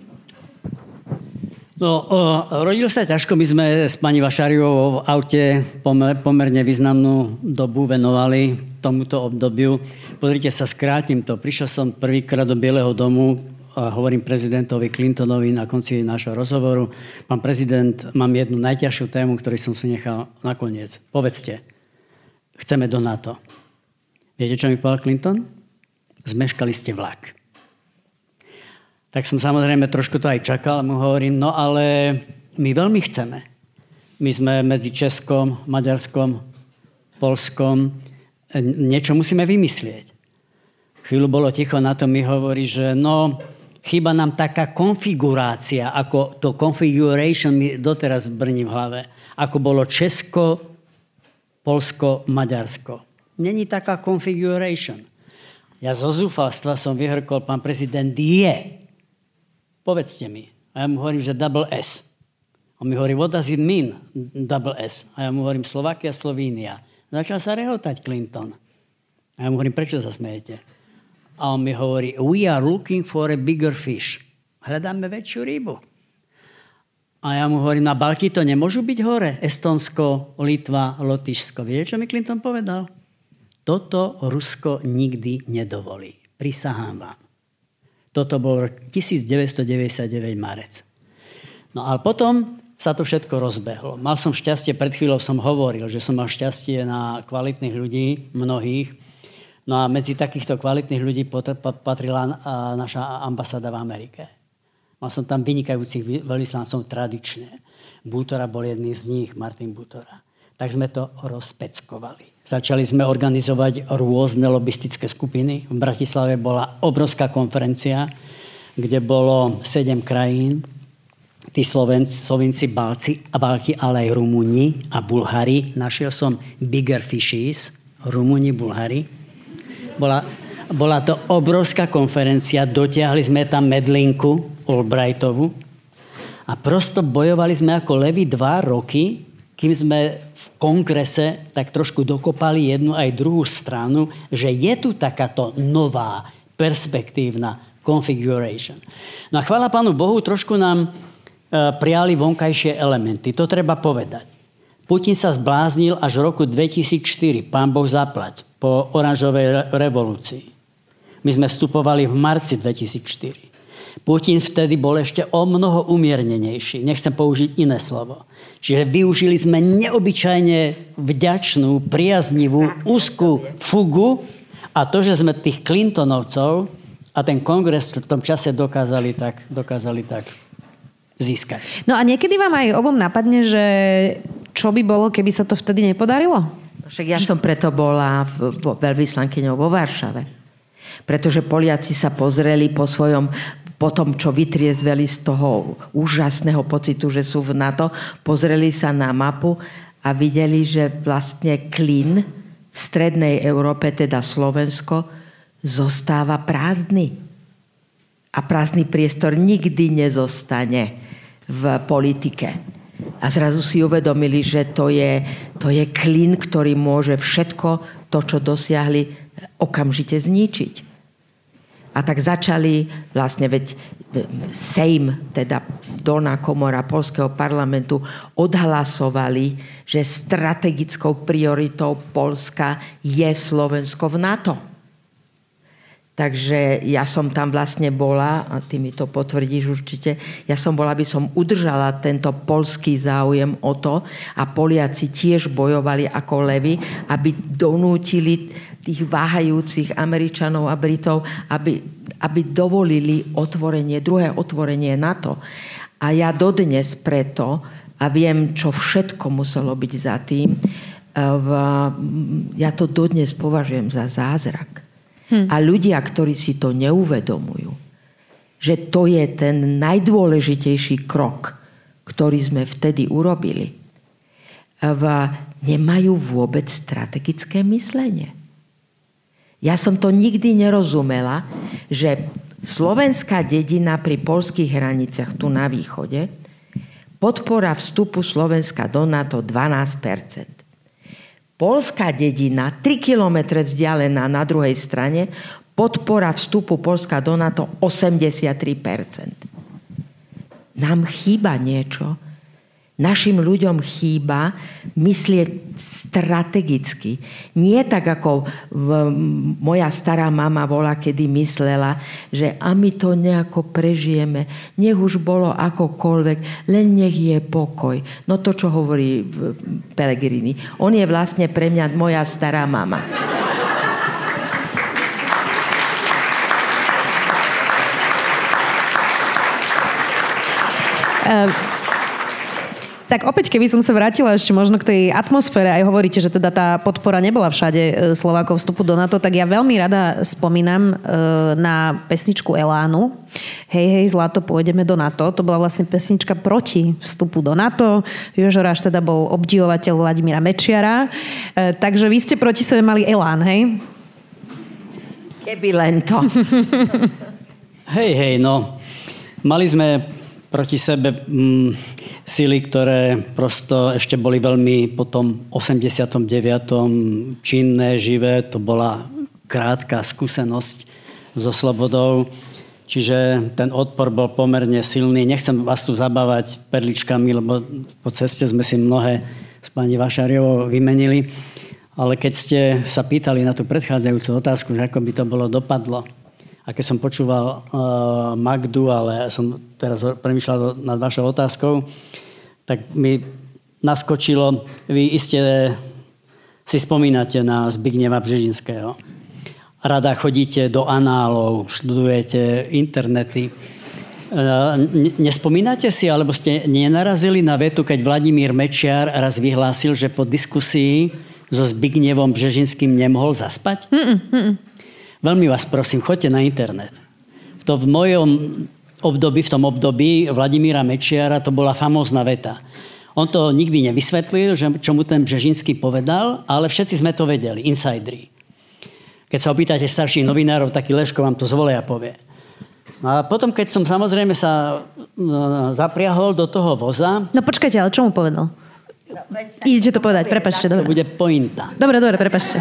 No, rodil sa ťažko. My sme s pani Vašáriovou v aute pomerne významnú dobu venovali tomuto obdobiu. Pozrite sa, skrátim to. Prišiel som prvýkrát do Bieleho domu a hovorím prezidentovi Clintonovi na konci nášho rozhovoru. Pán prezident, mám jednu najťažšiu tému, ktorú som si nechal nakoniec. Povedzte, chceme do NATO. Viete, čo mi povedal Clinton? Zmeškali ste vlak. Tak som samozrejme trošku to aj čakal a mu hovorím, no ale my veľmi chceme. My sme medzi Českom, Maďarskom, Polskom. Niečo musíme vymyslieť. Chvíľu bolo ticho, na to mi hovorí, že no, chýba nám taká konfigurácia, ako to configuration mi doteraz brní v hlave, ako bolo Česko, Polsko, Maďarsko. Není taká configuration. Ja zo zúfalstva som vyhrkol, pán prezident, je. Povedzte mi. A ja mu hovorím, že double S. On mi hovorí, what does it mean, double S? A ja mu hovorím, Slovakia, Slovínia. Začal sa rehotať Clinton. A ja mu hovorím, prečo sa smejete? A on mi hovorí, we are looking for a bigger fish. Hľadáme väčšiu rybu. A ja mu hovorím, na Balti to nemôžu byť hore? Estonsko, Litva, Lotyšsko. Viete, čo mi Clinton povedal? Toto Rusko nikdy nedovolí. Prisahám vám. Toto bol 1999 marec. No ale potom sa to všetko rozbehlo. Mal som šťastie, pred chvíľou som hovoril, že som mal šťastie na kvalitných ľudí, mnohých. No a medzi takýchto kvalitných ľudí patrila naša ambasáda v Amerike. Mal som tam vynikajúcich veľvyslancov tradične. Bútora bol jedný z nich, Martin Bútora. Tak sme to rozpeckovali. Začali sme organizovať rôzne lobistické skupiny. V Bratislave bola obrovská konferencia, kde bolo 7 krajín. Tí Slovenci, Balti, ale aj Rumúni a Bulhári. Našiel som bigger fishes, Rumúni, Bulhári. Bola to obrovská konferencia, dotiahli sme tam Medlinku Albrightovu a prosto bojovali sme ako levi 2 roky, kým sme v kongrese tak trošku dokopali jednu aj druhú stranu, že je tu takáto nová, perspektívna configuration. No a chvála Pánu Bohu, trošku nám prijali vonkajšie elementy. To treba povedať. Putin sa zbláznil až v roku 2004. Pán Boh zaplať. Po oranžovej revolúcii. My sme vstupovali v marci 2004. Putin vtedy bol ešte o mnoho umiernenejší. Nechcem použiť iné slovo. Čiže využili sme neobyčajne vďačnú, priaznivú, úzkú fugu a to, že sme tých Clintonovcov a ten kongres v tom čase dokázali tak získať. No a niekedy vám aj obom napadne, že čo by bolo, keby sa to vtedy nepodarilo? Však ja som preto bola veľvyslankyňou vo Varšave. Pretože Poliaci sa pozreli po tom, čo vytriezveli z toho úžasného pocitu, že sú v NATO, pozreli sa na mapu a videli, že vlastne klin v strednej Európe, teda Slovensko, zostáva prázdny. A prázdny priestor nikdy nezostane v politike. A zrazu si uvedomili, že to je klin, ktorý môže všetko to, čo dosiahli, okamžite zničiť. A tak začali vlastne, veď Sejm, teda dolná komora poľského parlamentu, odhlasovali, že strategickou prioritou Poľska je Slovensko v NATO. Takže ja som tam vlastne bola, a ty mi to potvrdíš určite, ja som bola, aby som udržala tento poľský záujem o to a Poliaci tiež bojovali ako levi, aby donútili tých váhajúcich Američanov a Britov, aby dovolili druhé otvorenie NATO. A ja dodnes preto, a viem, čo všetko muselo byť za tým, ja to dodnes považujem za zázrak. A ľudia, ktorí si to neuvedomujú, že to je ten najdôležitejší krok, ktorý sme vtedy urobili, nemajú vôbec strategické myslenie. Ja som to nikdy nerozumela, že slovenská dedina pri poľských hraniciach tu na východe, podpora vstupu Slovenska do NATO 12%. Poľská dedina, 3 kilometre vzdialená na druhej strane, podpora vstupu Poľska do NATO 83%. Nám chýba niečo. Našim ľuďom chýba myslieť strategicky. Nie tak, ako moja stará mama bola, kedy myslela, že a my to nejako prežijeme. Nech už bolo akokoľvek, len nech je pokoj. No to, čo hovorí Pellegrini. On je vlastne pre mňa moja stará mama. Tak opäť, keby som sa vrátila ešte možno k tej atmosfére, aj hovoríte, že teda tá podpora nebola všade Slovákov vstupu do NATO, tak ja veľmi rada spomínam na pesničku Elánu. Hej, hej, zlato, pôjdeme do NATO. To bola vlastne pesnička proti vstupu do NATO. Jožo Ráš teda bol obdivovateľ Vladimíra Mečiara. Takže vy ste proti sebe mali Elán, hej? Keby len to. Hej, no. Mali sme proti sebe sily, ktoré prosto ešte boli veľmi po tom 89. činné, živé. To bola krátka skúsenosť so slobodou. Čiže ten odpor bol pomerne silný. Nechcem vás tu zabávať perličkami, lebo po ceste sme si mnohé s pani Vašáriovou vymenili. Ale keď ste sa pýtali na tú predchádzajúcu otázku, že ako by to bolo dopadlo, a keď som počúval Magdu, ale som teraz premýšľal nad vašou otázkou, tak mi naskočilo, vy iste si spomínate na Zbigneva Bžežinského. Rada chodíte do análov, študujete internety. Nespomínate si, alebo ste nenarazili na vetu, keď Vladimír Mečiar raz vyhlásil, že po diskusii so Zbignievom Bžežinským nemohol zaspať? Veľmi vás prosím, choďte na internet. V mojom období, v tom období Vladimíra Mečiara to bola famózna veta. On to nikdy nevysvetlil, čo mu ten Bžežinský povedal, ale všetci sme to vedeli, insideri. Keď sa opýtate starších novinárov, taký Leško vám to zvolia povie. A potom, keď som samozrejme sa zapriahol do toho voza... No počkajte, ale čo mu povedal? Idete to povedať, prepáčte. To bude pointa. Dobre, prepáčte.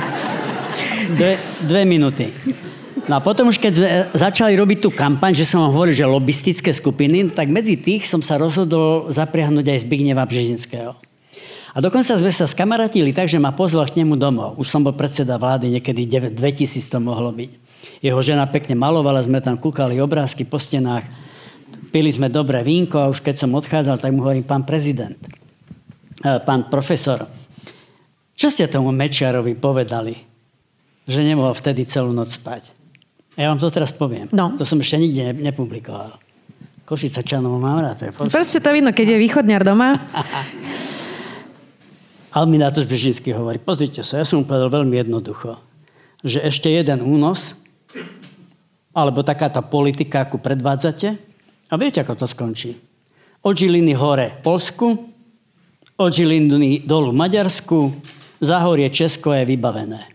2 minúty. No a potom už keď sme začali robiť tú kampaň, že som vám hovoril, že lobistické skupiny, tak medzi tých som sa rozhodol zapriahnuť aj Zbigneva Bžežinského. A dokonca sme sa skamarátili tak, že ma pozval k nemu domov. Už som bol predseda vlády, niekedy 2000 to mohlo byť. Jeho žena pekne malovala, sme tam kúkali obrázky po stenách, pili sme dobré vínko a už keď som odchádzal, tak mu hovorím, pán prezident, pán profesor, čo ste tomu Mečiarovi povedali? Že nemohol vtedy celú noc spať. A ja vám to teraz poviem. No. To som ešte nikde nepublikoval. Košicačanov mám rád. Proste to vidno, keď je východňar doma. Ale mi na to Bžežinský hovorí, pozrite sa, ja som mu povedal veľmi jednoducho, že ešte jeden únos, alebo taká tá politika, akú predvádzate, a viete, ako to skončí. Od Žiliny hore Poľsku, od Žiliny dolu Maďarsku, Záhorie Česko je vybavené.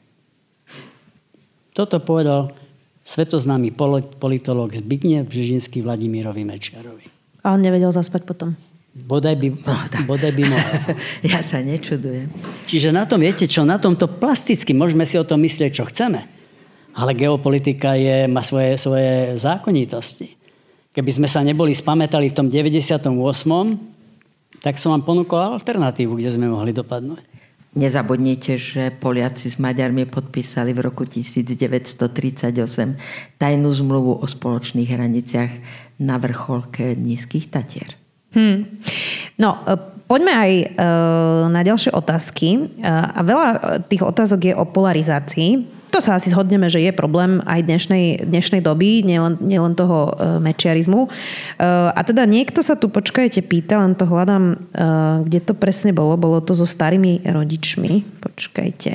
Toto povedal svetoznámy politológ Zbigniew Bžežinský Vladimírovi Mečiarovi. A on nevedel zaspať potom? Bodaj by mohol. Ja sa nečudujem. Čiže na tom, viete čo, na tomto plasticky môžeme si o tom myslieť, čo chceme. Ale geopolitika má svoje zákonitosti. Keby sme sa neboli spamätali v tom 98., tak som vám ponúkol alternatívu, kde sme mohli dopadnúť. Nezabudnite, že Poliaci s Maďarmi podpísali v roku 1938 tajnú zmluvu o spoločných hraniciach na vrcholke Nízkych Tatier. No, poďme aj na ďalšie otázky. A veľa tých otázok je o polarizácii. To sa asi zhodneme, že je problém aj dnešnej doby, nielen toho mečiarizmu. A teda niekto sa tu, počkajte, pýta, len to hľadám, kde to presne bolo. Bolo to so starými rodičmi. Počkajte.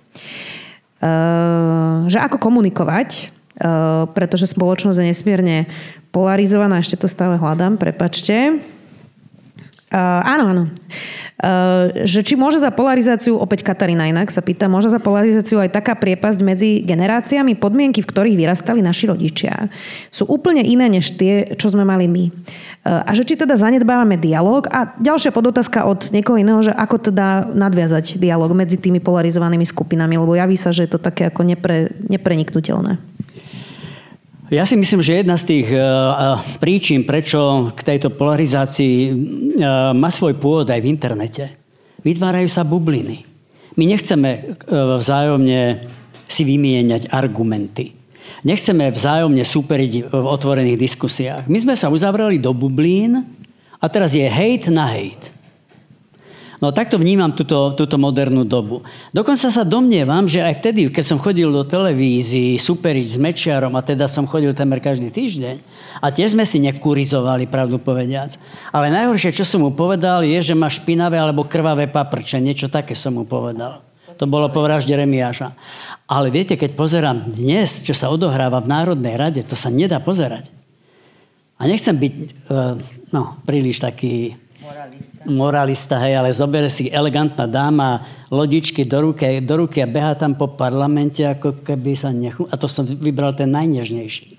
Že ako komunikovať, pretože spoločnosť je nesmierne polarizovaná. Ešte to stále hľadám, prepáčte. Áno. Že či môže za polarizáciu, opäť Katarína inak sa pýta, môže za polarizáciu aj taká priepasť medzi generáciami, podmienky, v ktorých vyrastali naši rodičia, sú úplne iné než tie, čo sme mali my. A že či teda zanedbávame dialog. A ďalšia podotázka od niekoho iného, že ako teda nadviazať dialog medzi tými polarizovanými skupinami, lebo javí sa, že je to také ako nepreniknutelné. Ja si myslím, že jedna z tých príčin, prečo k tejto polarizácii má svoj pôvod aj v internete. Vytvárajú sa bubliny. My nechceme vzájomne si vymieňať argumenty. Nechceme vzájomne súperiť v otvorených diskusiách. My sme sa uzavreli do bublín a teraz je hejt na hejt. No takto vnímam túto modernú dobu. Dokonca sa domnievam, že aj vtedy, keď som chodil do televízii superiť s Mečiarom, a teda som chodil temer každý týždeň, a tiež sme si nekurizovali, pravdu povediac. Ale najhoršie, čo som mu povedal, je, že má špinavé alebo krvavé paprče. Niečo také som mu povedal. To bolo po vražde Remiáša. Ale viete, keď pozerám dnes, čo sa odohráva v Národnej rade, to sa nedá pozerať. A nechcem byť príliš taký moralista, hej, ale zobere si elegantná dáma lodičky do ruky a behá tam po parlamente, ako keby sa A to som vybral ten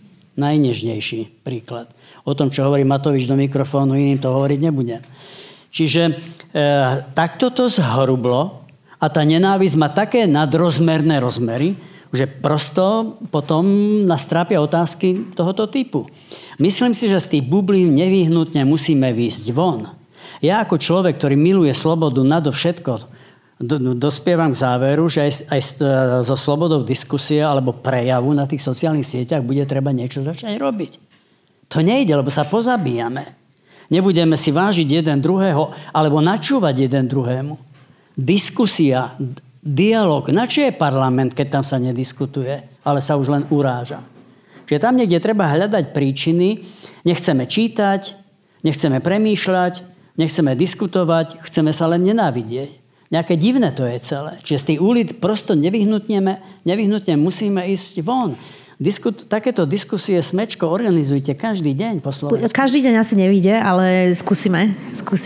najnežnejší príklad. O tom, čo hovorí Matovič do mikrofónu, iným to hovoriť nebudem. Čiže takto to zhrublo a tá nenávisť má také nadrozmerné rozmery, že prosto potom nás trápia otázky tohoto typu. Myslím si, že z tých bublín nevyhnutne musíme výjsť von. Ja ako človek, ktorý miluje slobodu nadovšetko, dospievam k záveru, že aj so slobodou diskusie alebo prejavu na tých sociálnych sieťach bude treba niečo začať robiť. To nejde, lebo sa pozabíjame. Nebudeme si vážiť jeden druhého alebo načúvať jeden druhému. Diskusia, dialog. Na čo je parlament, keď tam sa nediskutuje, ale sa už len uráža? Čiže tam niekde treba hľadať príčiny. Nechceme čítať, nechceme premýšľať, nechceme diskutovať, chceme sa len nenávidieť. Nejaké divné to je celé. Čiže z tých ulic prosto nevyhnutne musíme ísť von. Takéto diskusie Smečko organizujte každý deň po Slovensku. Každý deň asi nevíde, ale skúsime.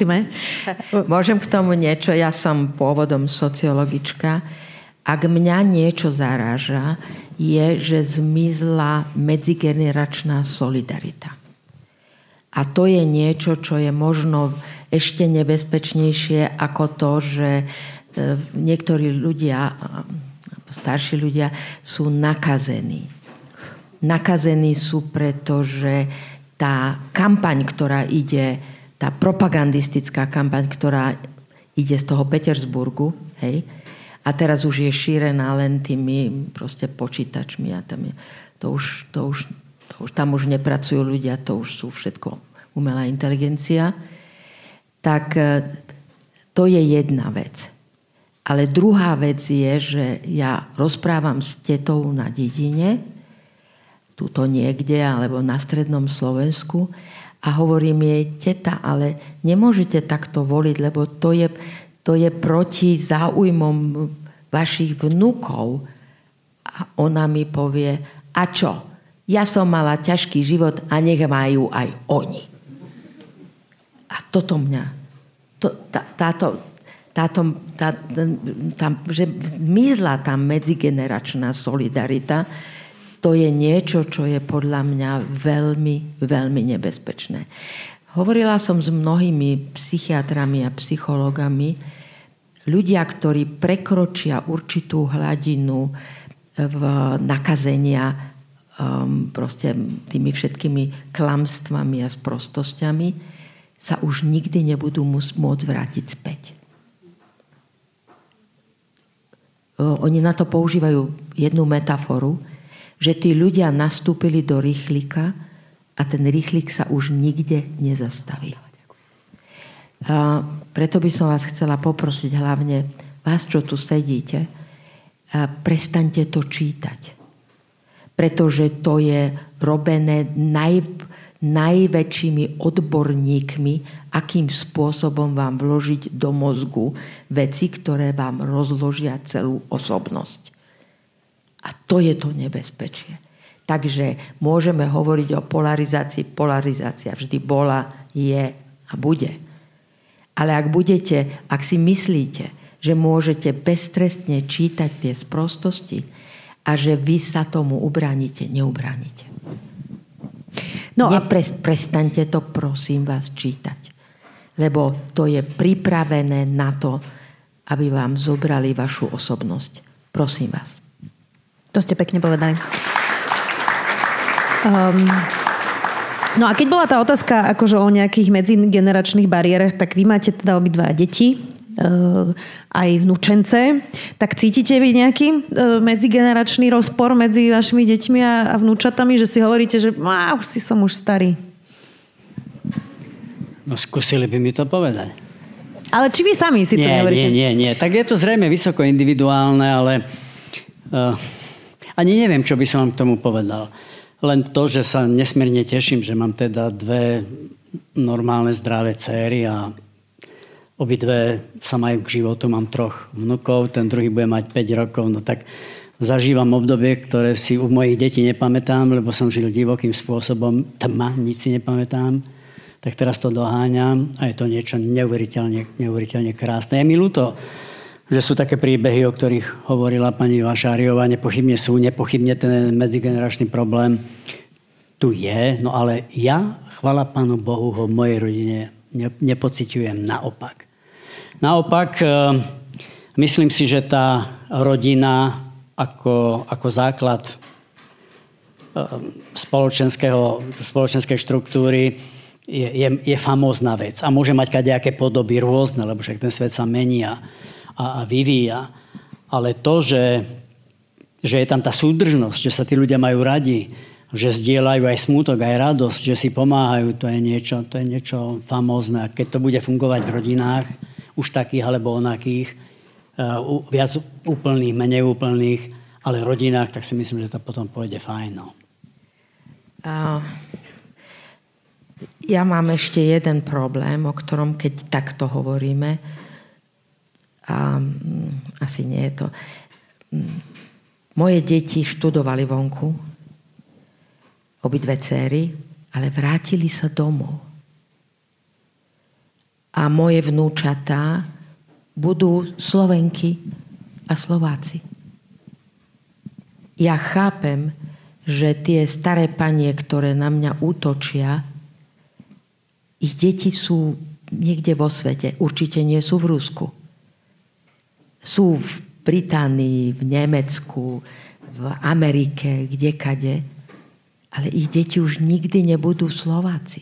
Môžem k tomu niečo? Ja som pôvodom sociologička. Ak mňa niečo zaráža, je, že zmizla medzigeneračná solidarita. A to je niečo, čo je možno ešte nebezpečnejšie ako to, že niektorí ľudia, starší ľudia sú nakazení. Nakazení sú, pretože tá kampaň, ktorá ide, tá propagandistická kampaň, ktorá ide z toho Petersburgu, hej, a teraz už je šírená len tými proste počítačmi a tam je, to už tam už nepracujú ľudia, to už sú všetko umelá inteligencia, tak to je jedna vec. Ale druhá vec je, že ja rozprávam s tetou na dedine, tuto niekde, alebo na strednom Slovensku a hovorím jej, teta, ale nemôžete takto voliť, lebo to je proti záujmom vašich vnúkov. A ona mi povie, a čo? Ja som mala ťažký život a nech majú aj oni. A toto mňa, že zmizla tá medzigeneračná solidarita, to je niečo, čo je podľa mňa veľmi, veľmi nebezpečné. Hovorila som s mnohými psychiatrami a psychológami. Ľudia, ktorí prekročia určitú hladinu nakazenia proste tými všetkými klamstvami a sprostosťami, sa už nikdy nebudú môcť vrátiť späť. Oni na to používajú jednu metaforu, že tí ľudia nastúpili do rýchlika a ten rýchlik sa už nikde nezastaví. A preto by som vás chcela poprosiť, hlavne vás, čo tu sedíte, prestaňte to čítať. Pretože to je robené najväčšími odborníkmi, akým spôsobom vám vložiť do mozgu veci, ktoré vám rozložia celú osobnosť. A to je to nebezpečie. Takže môžeme hovoriť o polarizácii. Polarizácia vždy bola, je a bude. Ale ak si myslíte, že môžete beztrestne čítať tie sprostosti a že vy sa tomu ubránite, neubránite. No a prestaňte to, prosím vás, čítať. Lebo to je pripravené na to, aby vám zobrali vašu osobnosť. Prosím vás. To ste pekne povedali. No a keď bola tá otázka akože o nejakých medzigeneračných bariérach, tak vy máte teda obidva deti, aj vnúčence. Tak cítite vy nejaký medzigeneračný rozpor medzi vašimi deťmi a vnúčatami, že si hovoríte, že som už starý? No skúsili by mi to povedať. Ale či vy sami si to nehovoríte? Nie. Tak je to zrejme vysoko individuálne, ale ani neviem, čo by som vám k tomu povedal. Len to, že sa nesmierne teším, že mám teda dve normálne zdravé céry a obidve sa majú k životu. Mám 3 vnukov, ten druhý bude mať 5 rokov. No tak zažívam obdobie, ktoré si u mojich detí nepamätám, lebo som žil divokým spôsobom. Nič si nepamätám. Tak teraz to doháňam a je to niečo neuveriteľne krásne. Je mi ľúto, že sú také príbehy, o ktorých hovorila pani Vašáriová. Nepochybne ten medzigeneračný problém tu je. No ale ja, chvala Pánu Bohu, ho v mojej rodine Nepociťujem, naopak. Naopak, myslím si, že tá rodina ako základ spoločenskej štruktúry je famózna vec. A môže mať kadejaké podoby rôzne, lebo však ten svet sa mení a vyvíja. Ale to, že je tam tá súdržnosť, že sa tí ľudia majú radi, že zdieľajú aj smútok, aj radosť, že si pomáhajú, to je niečo famózne. A keď to bude fungovať v rodinách, už takých alebo onakých, viac úplných, menej úplných, ale v rodinách, tak si myslím, že to potom pôjde fajn. No. Ja mám ešte jeden problém, o ktorom keď takto hovoríme, asi nie je to. Moje deti študovali vonku, obidve dcéry, ale vrátili sa domov. A moje vnúčatá budú Slovenky a Slováci. Ja chápem, že tie staré panie, ktoré na mňa útočia, ich deti sú niekde vo svete. Určite nie sú v Rusku. Sú v Británii, v Nemecku, v Amerike, kdekade. Ale ich deti už nikdy nebudú Slováci.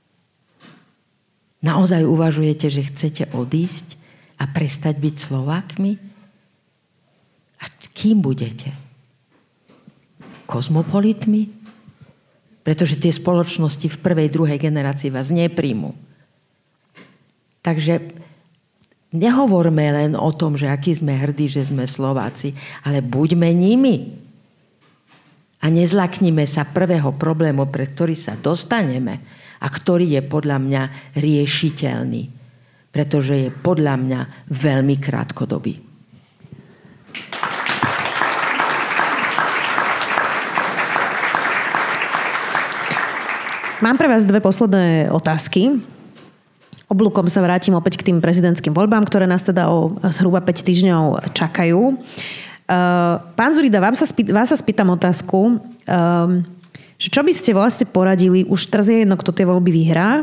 Naozaj uvažujete, že chcete odísť a prestať byť Slovákmi? A kým budete? Kozmopolitmi? Pretože tie spoločnosti v prvej, druhej generácii vás nepríjmu. Takže nehovorme len o tom, že aký sme hrdí, že sme Slováci, ale buďme nimi. A nezlaknime sa prvého problému, pre ktorý sa dostaneme a ktorý je podľa mňa riešiteľný. Pretože je podľa mňa veľmi krátkodobý. Mám pre vás dve posledné otázky. Oblúkom sa vrátim opäť k tým prezidentským voľbám, ktoré nás teda o zhruba 5 týždňov čakajú. Pán Dzurida, vás sa spýtam otázku, že čo by ste vlastne poradili, už teraz je jedno, kto tie voľby vyhrá,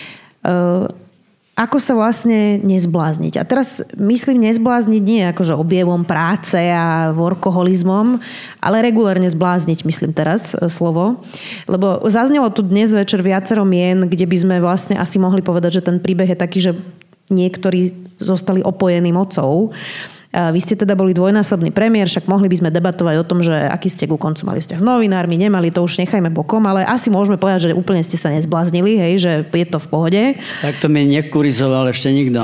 ako sa vlastne nezblázniť. A teraz myslím nezblázniť nie akože objevom práce a workoholizmom, ale regulárne zblázniť, myslím teraz slovo. Lebo zaznelo tu dnes večer viacero mien, kde by sme vlastne asi mohli povedať, že ten príbeh je taký, že niektorí zostali opojení mocou. Vy ste teda boli dvojnásobný premiér, však mohli by sme debatovať o tom, že aký ste ku koncu mali vzťah s novinármi, nemali, to už nechajme bokom, ale asi môžeme povedať, že úplne ste sa nezbláznili, hej, že je to v pohode. Tak to mi nekurizoval ešte nikto.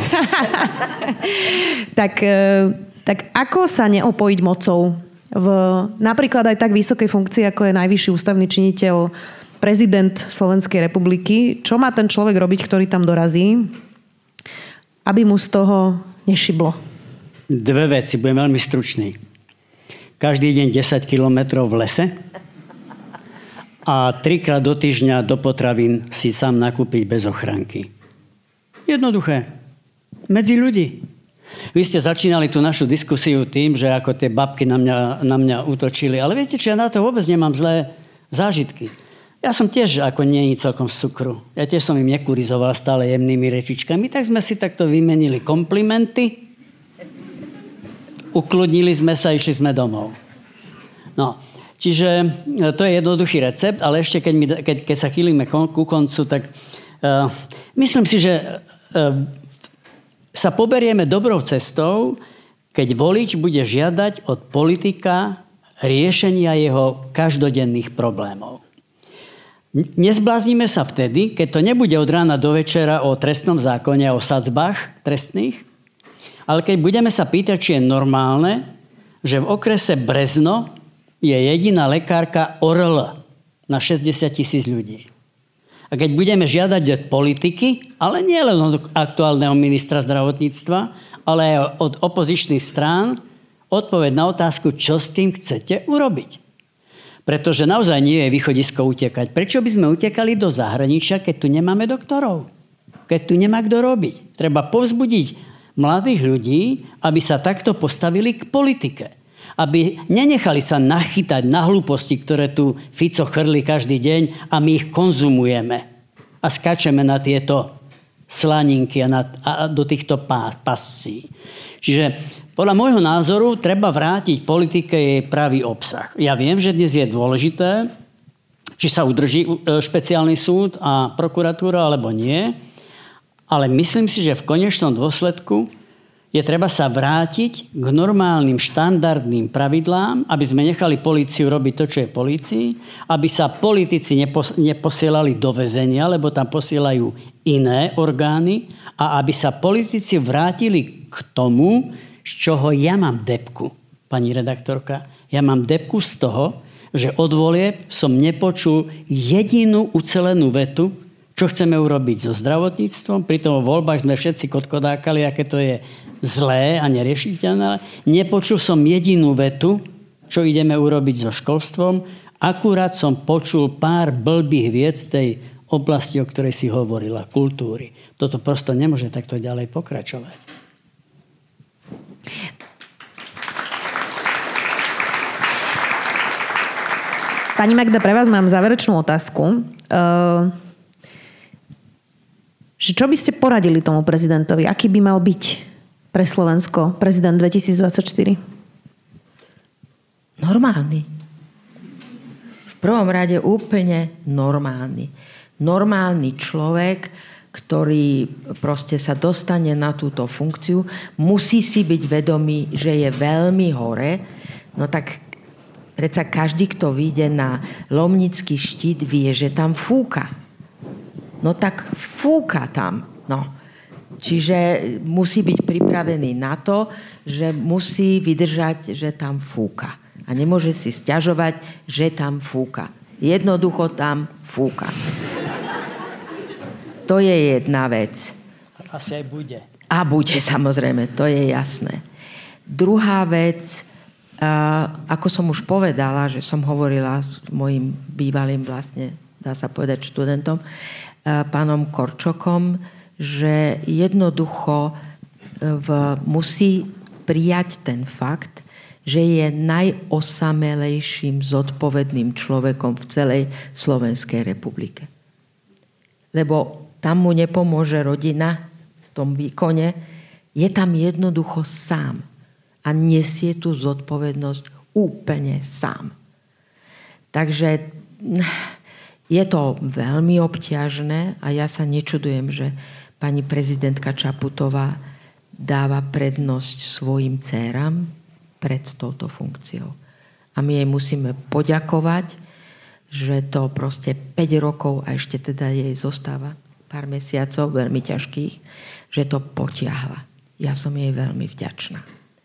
tak ako sa neopojiť mocou v napríklad aj tak vysokej funkcii, ako je najvyšší ústavný činiteľ, prezident Slovenskej republiky? Čo má ten človek robiť, ktorý tam dorazí, aby mu z toho nešiblo? Dve veci, budem veľmi stručný. Každý deň 10 kilometrov v lese a 3-krát do týždňa do potravín si sám nakúpiť bez ochránky. Jednoduché. Medzi ľudí. Vy ste začínali tú našu diskusiu tým, že ako tie babky na mňa útočili. Ale viete, čo ja na to vôbec nemám zlé zážitky. Ja som tiež ako nie celkom z cukru. Ja tiež som im nekurizoval stále jemnými rečičkami. Tak sme si takto vymenili komplimenty. Ukludnili sme sa, išli sme domov. No, čiže to je jednoduchý recept, ale ešte keď sa chýlime ku koncu, tak myslím si, že sa poberieme dobrou cestou, keď volič bude žiadať od politika riešenia jeho každodenných problémov. Nezbláznime sa vtedy, keď to nebude od rána do večera o trestnom zákone a o sadzbách trestných, ale keď budeme sa pýtať, či je normálne, že v okrese Brezno je jediná lekárka ORL na 60 000 ľudí. A keď budeme žiadať od politiky, ale nie len od aktuálneho ministra zdravotníctva, ale aj od opozičných strán, odpoveď na otázku, čo s tým chcete urobiť. Pretože naozaj nie je východisko utekať. Prečo by sme utekali do zahraničia, keď tu nemáme doktorov? Keď tu nemá kto robiť? Treba povzbudiť mladých ľudí, aby sa takto postavili k politike. Aby nenechali sa nachytať na hlúposti, ktoré tu Fico chrlí každý deň a my ich konzumujeme. A skačeme na tieto slaninky a do týchto pascí. Čiže podľa môjho názoru treba vrátiť politike jej pravý obsah. Ja viem, že dnes je dôležité, či sa udrží špeciálny súd a prokuratúra, alebo nie. Ale myslím si, že v konečnom dôsledku je treba sa vrátiť k normálnym štandardným pravidlám, aby sme nechali políciu robiť to, čo je polícii, aby sa politici neposielali do väzenia, lebo tam posielajú iné orgány, a aby sa politici vrátili k tomu, z čoho ja mám debku, pani redaktorka. Ja mám debku z toho, že od volieb som nepočul jedinú ucelenú vetu, čo chceme urobiť so zdravotníctvom. Pri tom vo voľbách sme všetci kodkodákali, aké to je zlé a neriešiteľné. Nepočul som jedinú vetu, čo ideme urobiť so školstvom. Akurát som počul pár blbých viec tej oblasti, o ktorej si hovorila, kultúry. Toto prosto nemôže takto ďalej pokračovať. Pani Magda, pre vás mám záverečnú otázku. Že čo by ste poradili tomu prezidentovi? Aký by mal byť pre Slovensko prezident 2024? Normálny. V prvom rade úplne normálny. Normálny človek, ktorý proste sa dostane na túto funkciu, musí si byť vedomý, že je veľmi hore. No tak predsa každý, kto vyjde na Lomnický štít, vie, že tam fúka. No tak fúka tam. No. Čiže musí byť pripravený na to, že musí vydržať, že tam fúka. A nemôže si sťažovať, že tam fúka. Jednoducho tam fúka. To je jedna vec. Asi aj bude. A bude, samozrejme, to je jasné. Druhá vec, ako som už povedala, že som hovorila s mojim bývalým vlastne, dá sa povedať, študentom, pánom Korčokom, že jednoducho musí prijať ten fakt, že je najosamelejším zodpovedným človekom v celej Slovenskej republike. Lebo tam mu nepomôže rodina v tom výkone, je tam jednoducho sám a nesie tú zodpovednosť úplne sám. Takže je to veľmi obťažné a ja sa nečudujem, že pani prezidentka Čaputová dáva prednosť svojim dcéram pred touto funkciou. A my jej musíme poďakovať, že to proste 5 rokov a ešte teda jej zostáva pár mesiacov veľmi ťažkých, že to potiahla. Ja som jej veľmi vďačná.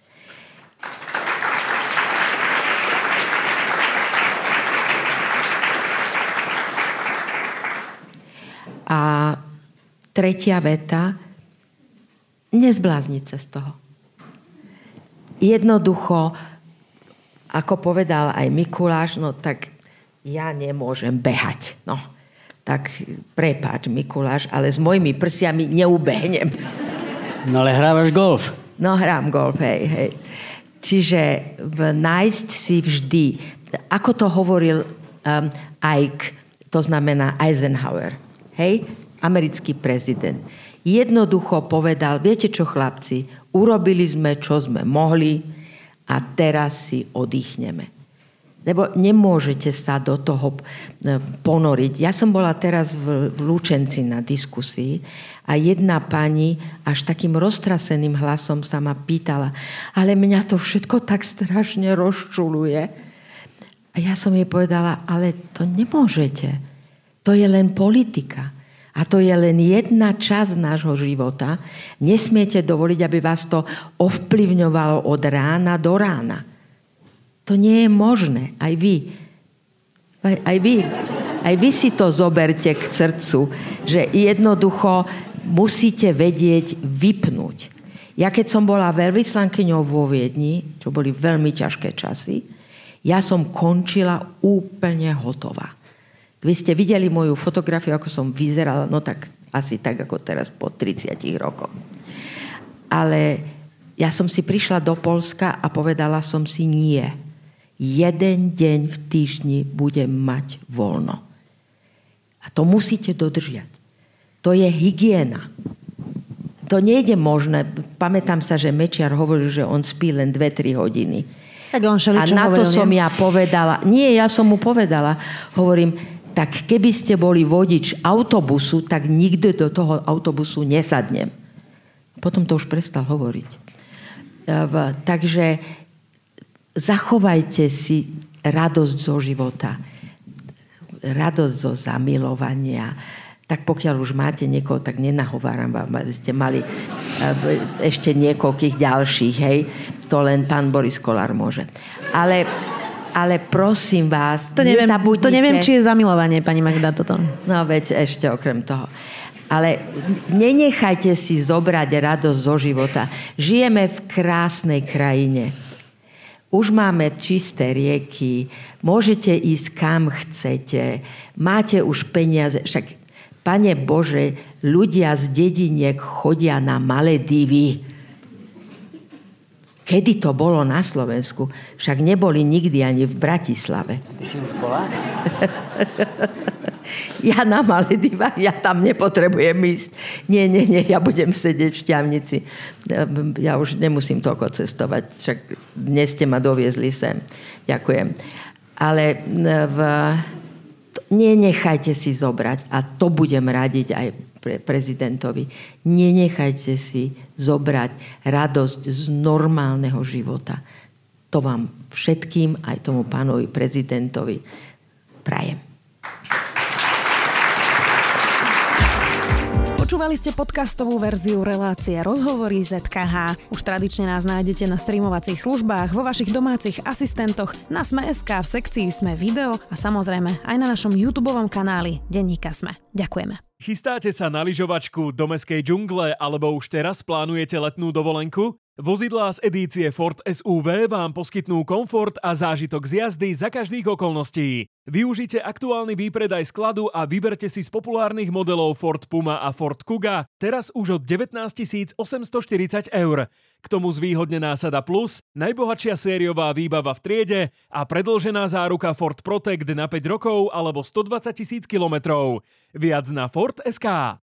A tretia veta, nezblázniť sa z toho. Jednoducho, ako povedal aj Mikuláš, no tak ja nemôžem behať. No, tak prepáč, Mikuláš, ale s mojimi prsiami neubehnem. No ale hrávaš golf. No hrám golf, hej. Čiže nájsť si vždy, ako to hovoril Ike, to znamená Eisenhower, hej, americký prezident. Jednoducho povedal, viete čo, chlapci, urobili sme, čo sme mohli a teraz si oddychneme. Lebo nemôžete sa do toho ponoriť. Ja som bola teraz v Lučenci na diskusii a jedna pani až takým roztraseným hlasom sa ma pýtala, ale mňa to všetko tak strašne rozčuľuje. A ja som jej povedala, ale to nemôžete. To je len politika. A to je len jedna časť nášho života. Nesmiete dovoliť, aby vás to ovplyvňovalo od rána do rána. To nie je možné. Aj vy. Aj vy si to zoberte k srdcu, že jednoducho musíte vedieť vypnúť. Ja keď som bola veľvyslankyňou vo Viedni, čo boli veľmi ťažké časy, ja som končila úplne hotová. Vy ste videli moju fotografiu, ako som vyzerala, no tak asi tak, ako teraz po 30 rokoch. Ale ja som si prišla do Poľska a povedala som si nie. Jeden deň v týždni budem mať voľno. A to musíte dodržiať. To je hygiena. To nie je možné. Pamätám sa, že Mečiar hovoril, že on spí len 2-3 hodiny. Tak on a na to som ja povedala, ja som mu povedala, hovorím, tak keby ste boli vodič autobusu, tak nikdy do toho autobusu nesadnem. Potom to už prestal hovoriť. Takže zachovajte si radosť zo života. Radosť zo zamilovania. Tak pokiaľ už máte niekoho, tak nenahováram vám, aby ste mali ešte niekoľkých ďalších, hej. To len pán Boris Kollár môže. Ale prosím vás, nezabudnite... To neviem, či je zamilovanie, pani Magda, toto. No veď ešte okrem toho. Ale nenechajte si zobrať radosť zo života. Žijeme v krásnej krajine. Už máme čisté rieky, môžete ísť kam chcete, máte už peniaze, však Pane Bože, ľudia z dediniek chodia na Maledivy. Kedy to bolo na Slovensku? Však neboli nikdy ani v Bratislave. Ty si už bola? Ja na Maledivách, ja tam nepotrebujem ísť. Nie, ja budem sedieť v Šťavnici. Ja už nemusím toľko cestovať. Však dnes ste ma doviezli sem. Ďakujem. Ale nenechajte si zobrať, a to budem radiť aj prezidentovi, nenechajte si zobrať radosť z normálneho života. To vám všetkým, aj tomu pánovi prezidentovi prajem. Počúvali ste podcastovú verziu relácie Rozhovory ZKH. Už tradične nás nájdete na streamovacích službách, vo vašich domácich asistentoch, na Sme.sk, v sekcii Sme video a samozrejme aj na našom YouTubeovom kanáli Denníka Sme. Ďakujeme. Chystáte sa na lyžovačku do mestskej džungle alebo už teraz plánujete letnú dovolenku? Vozidlá z edície Ford SUV vám poskytnú komfort a zážitok z jazdy za každých okolností. Využite aktuálny výpredaj skladu a vyberte si z populárnych modelov Ford Puma a Ford Kuga teraz už od 19 840 €. K tomu zvýhodnená sada Plus, najbohatšia sériová výbava v triede a predĺžená záruka Ford Protect na 5 rokov alebo 120 000 kilometrov. Viac na Ford.sk.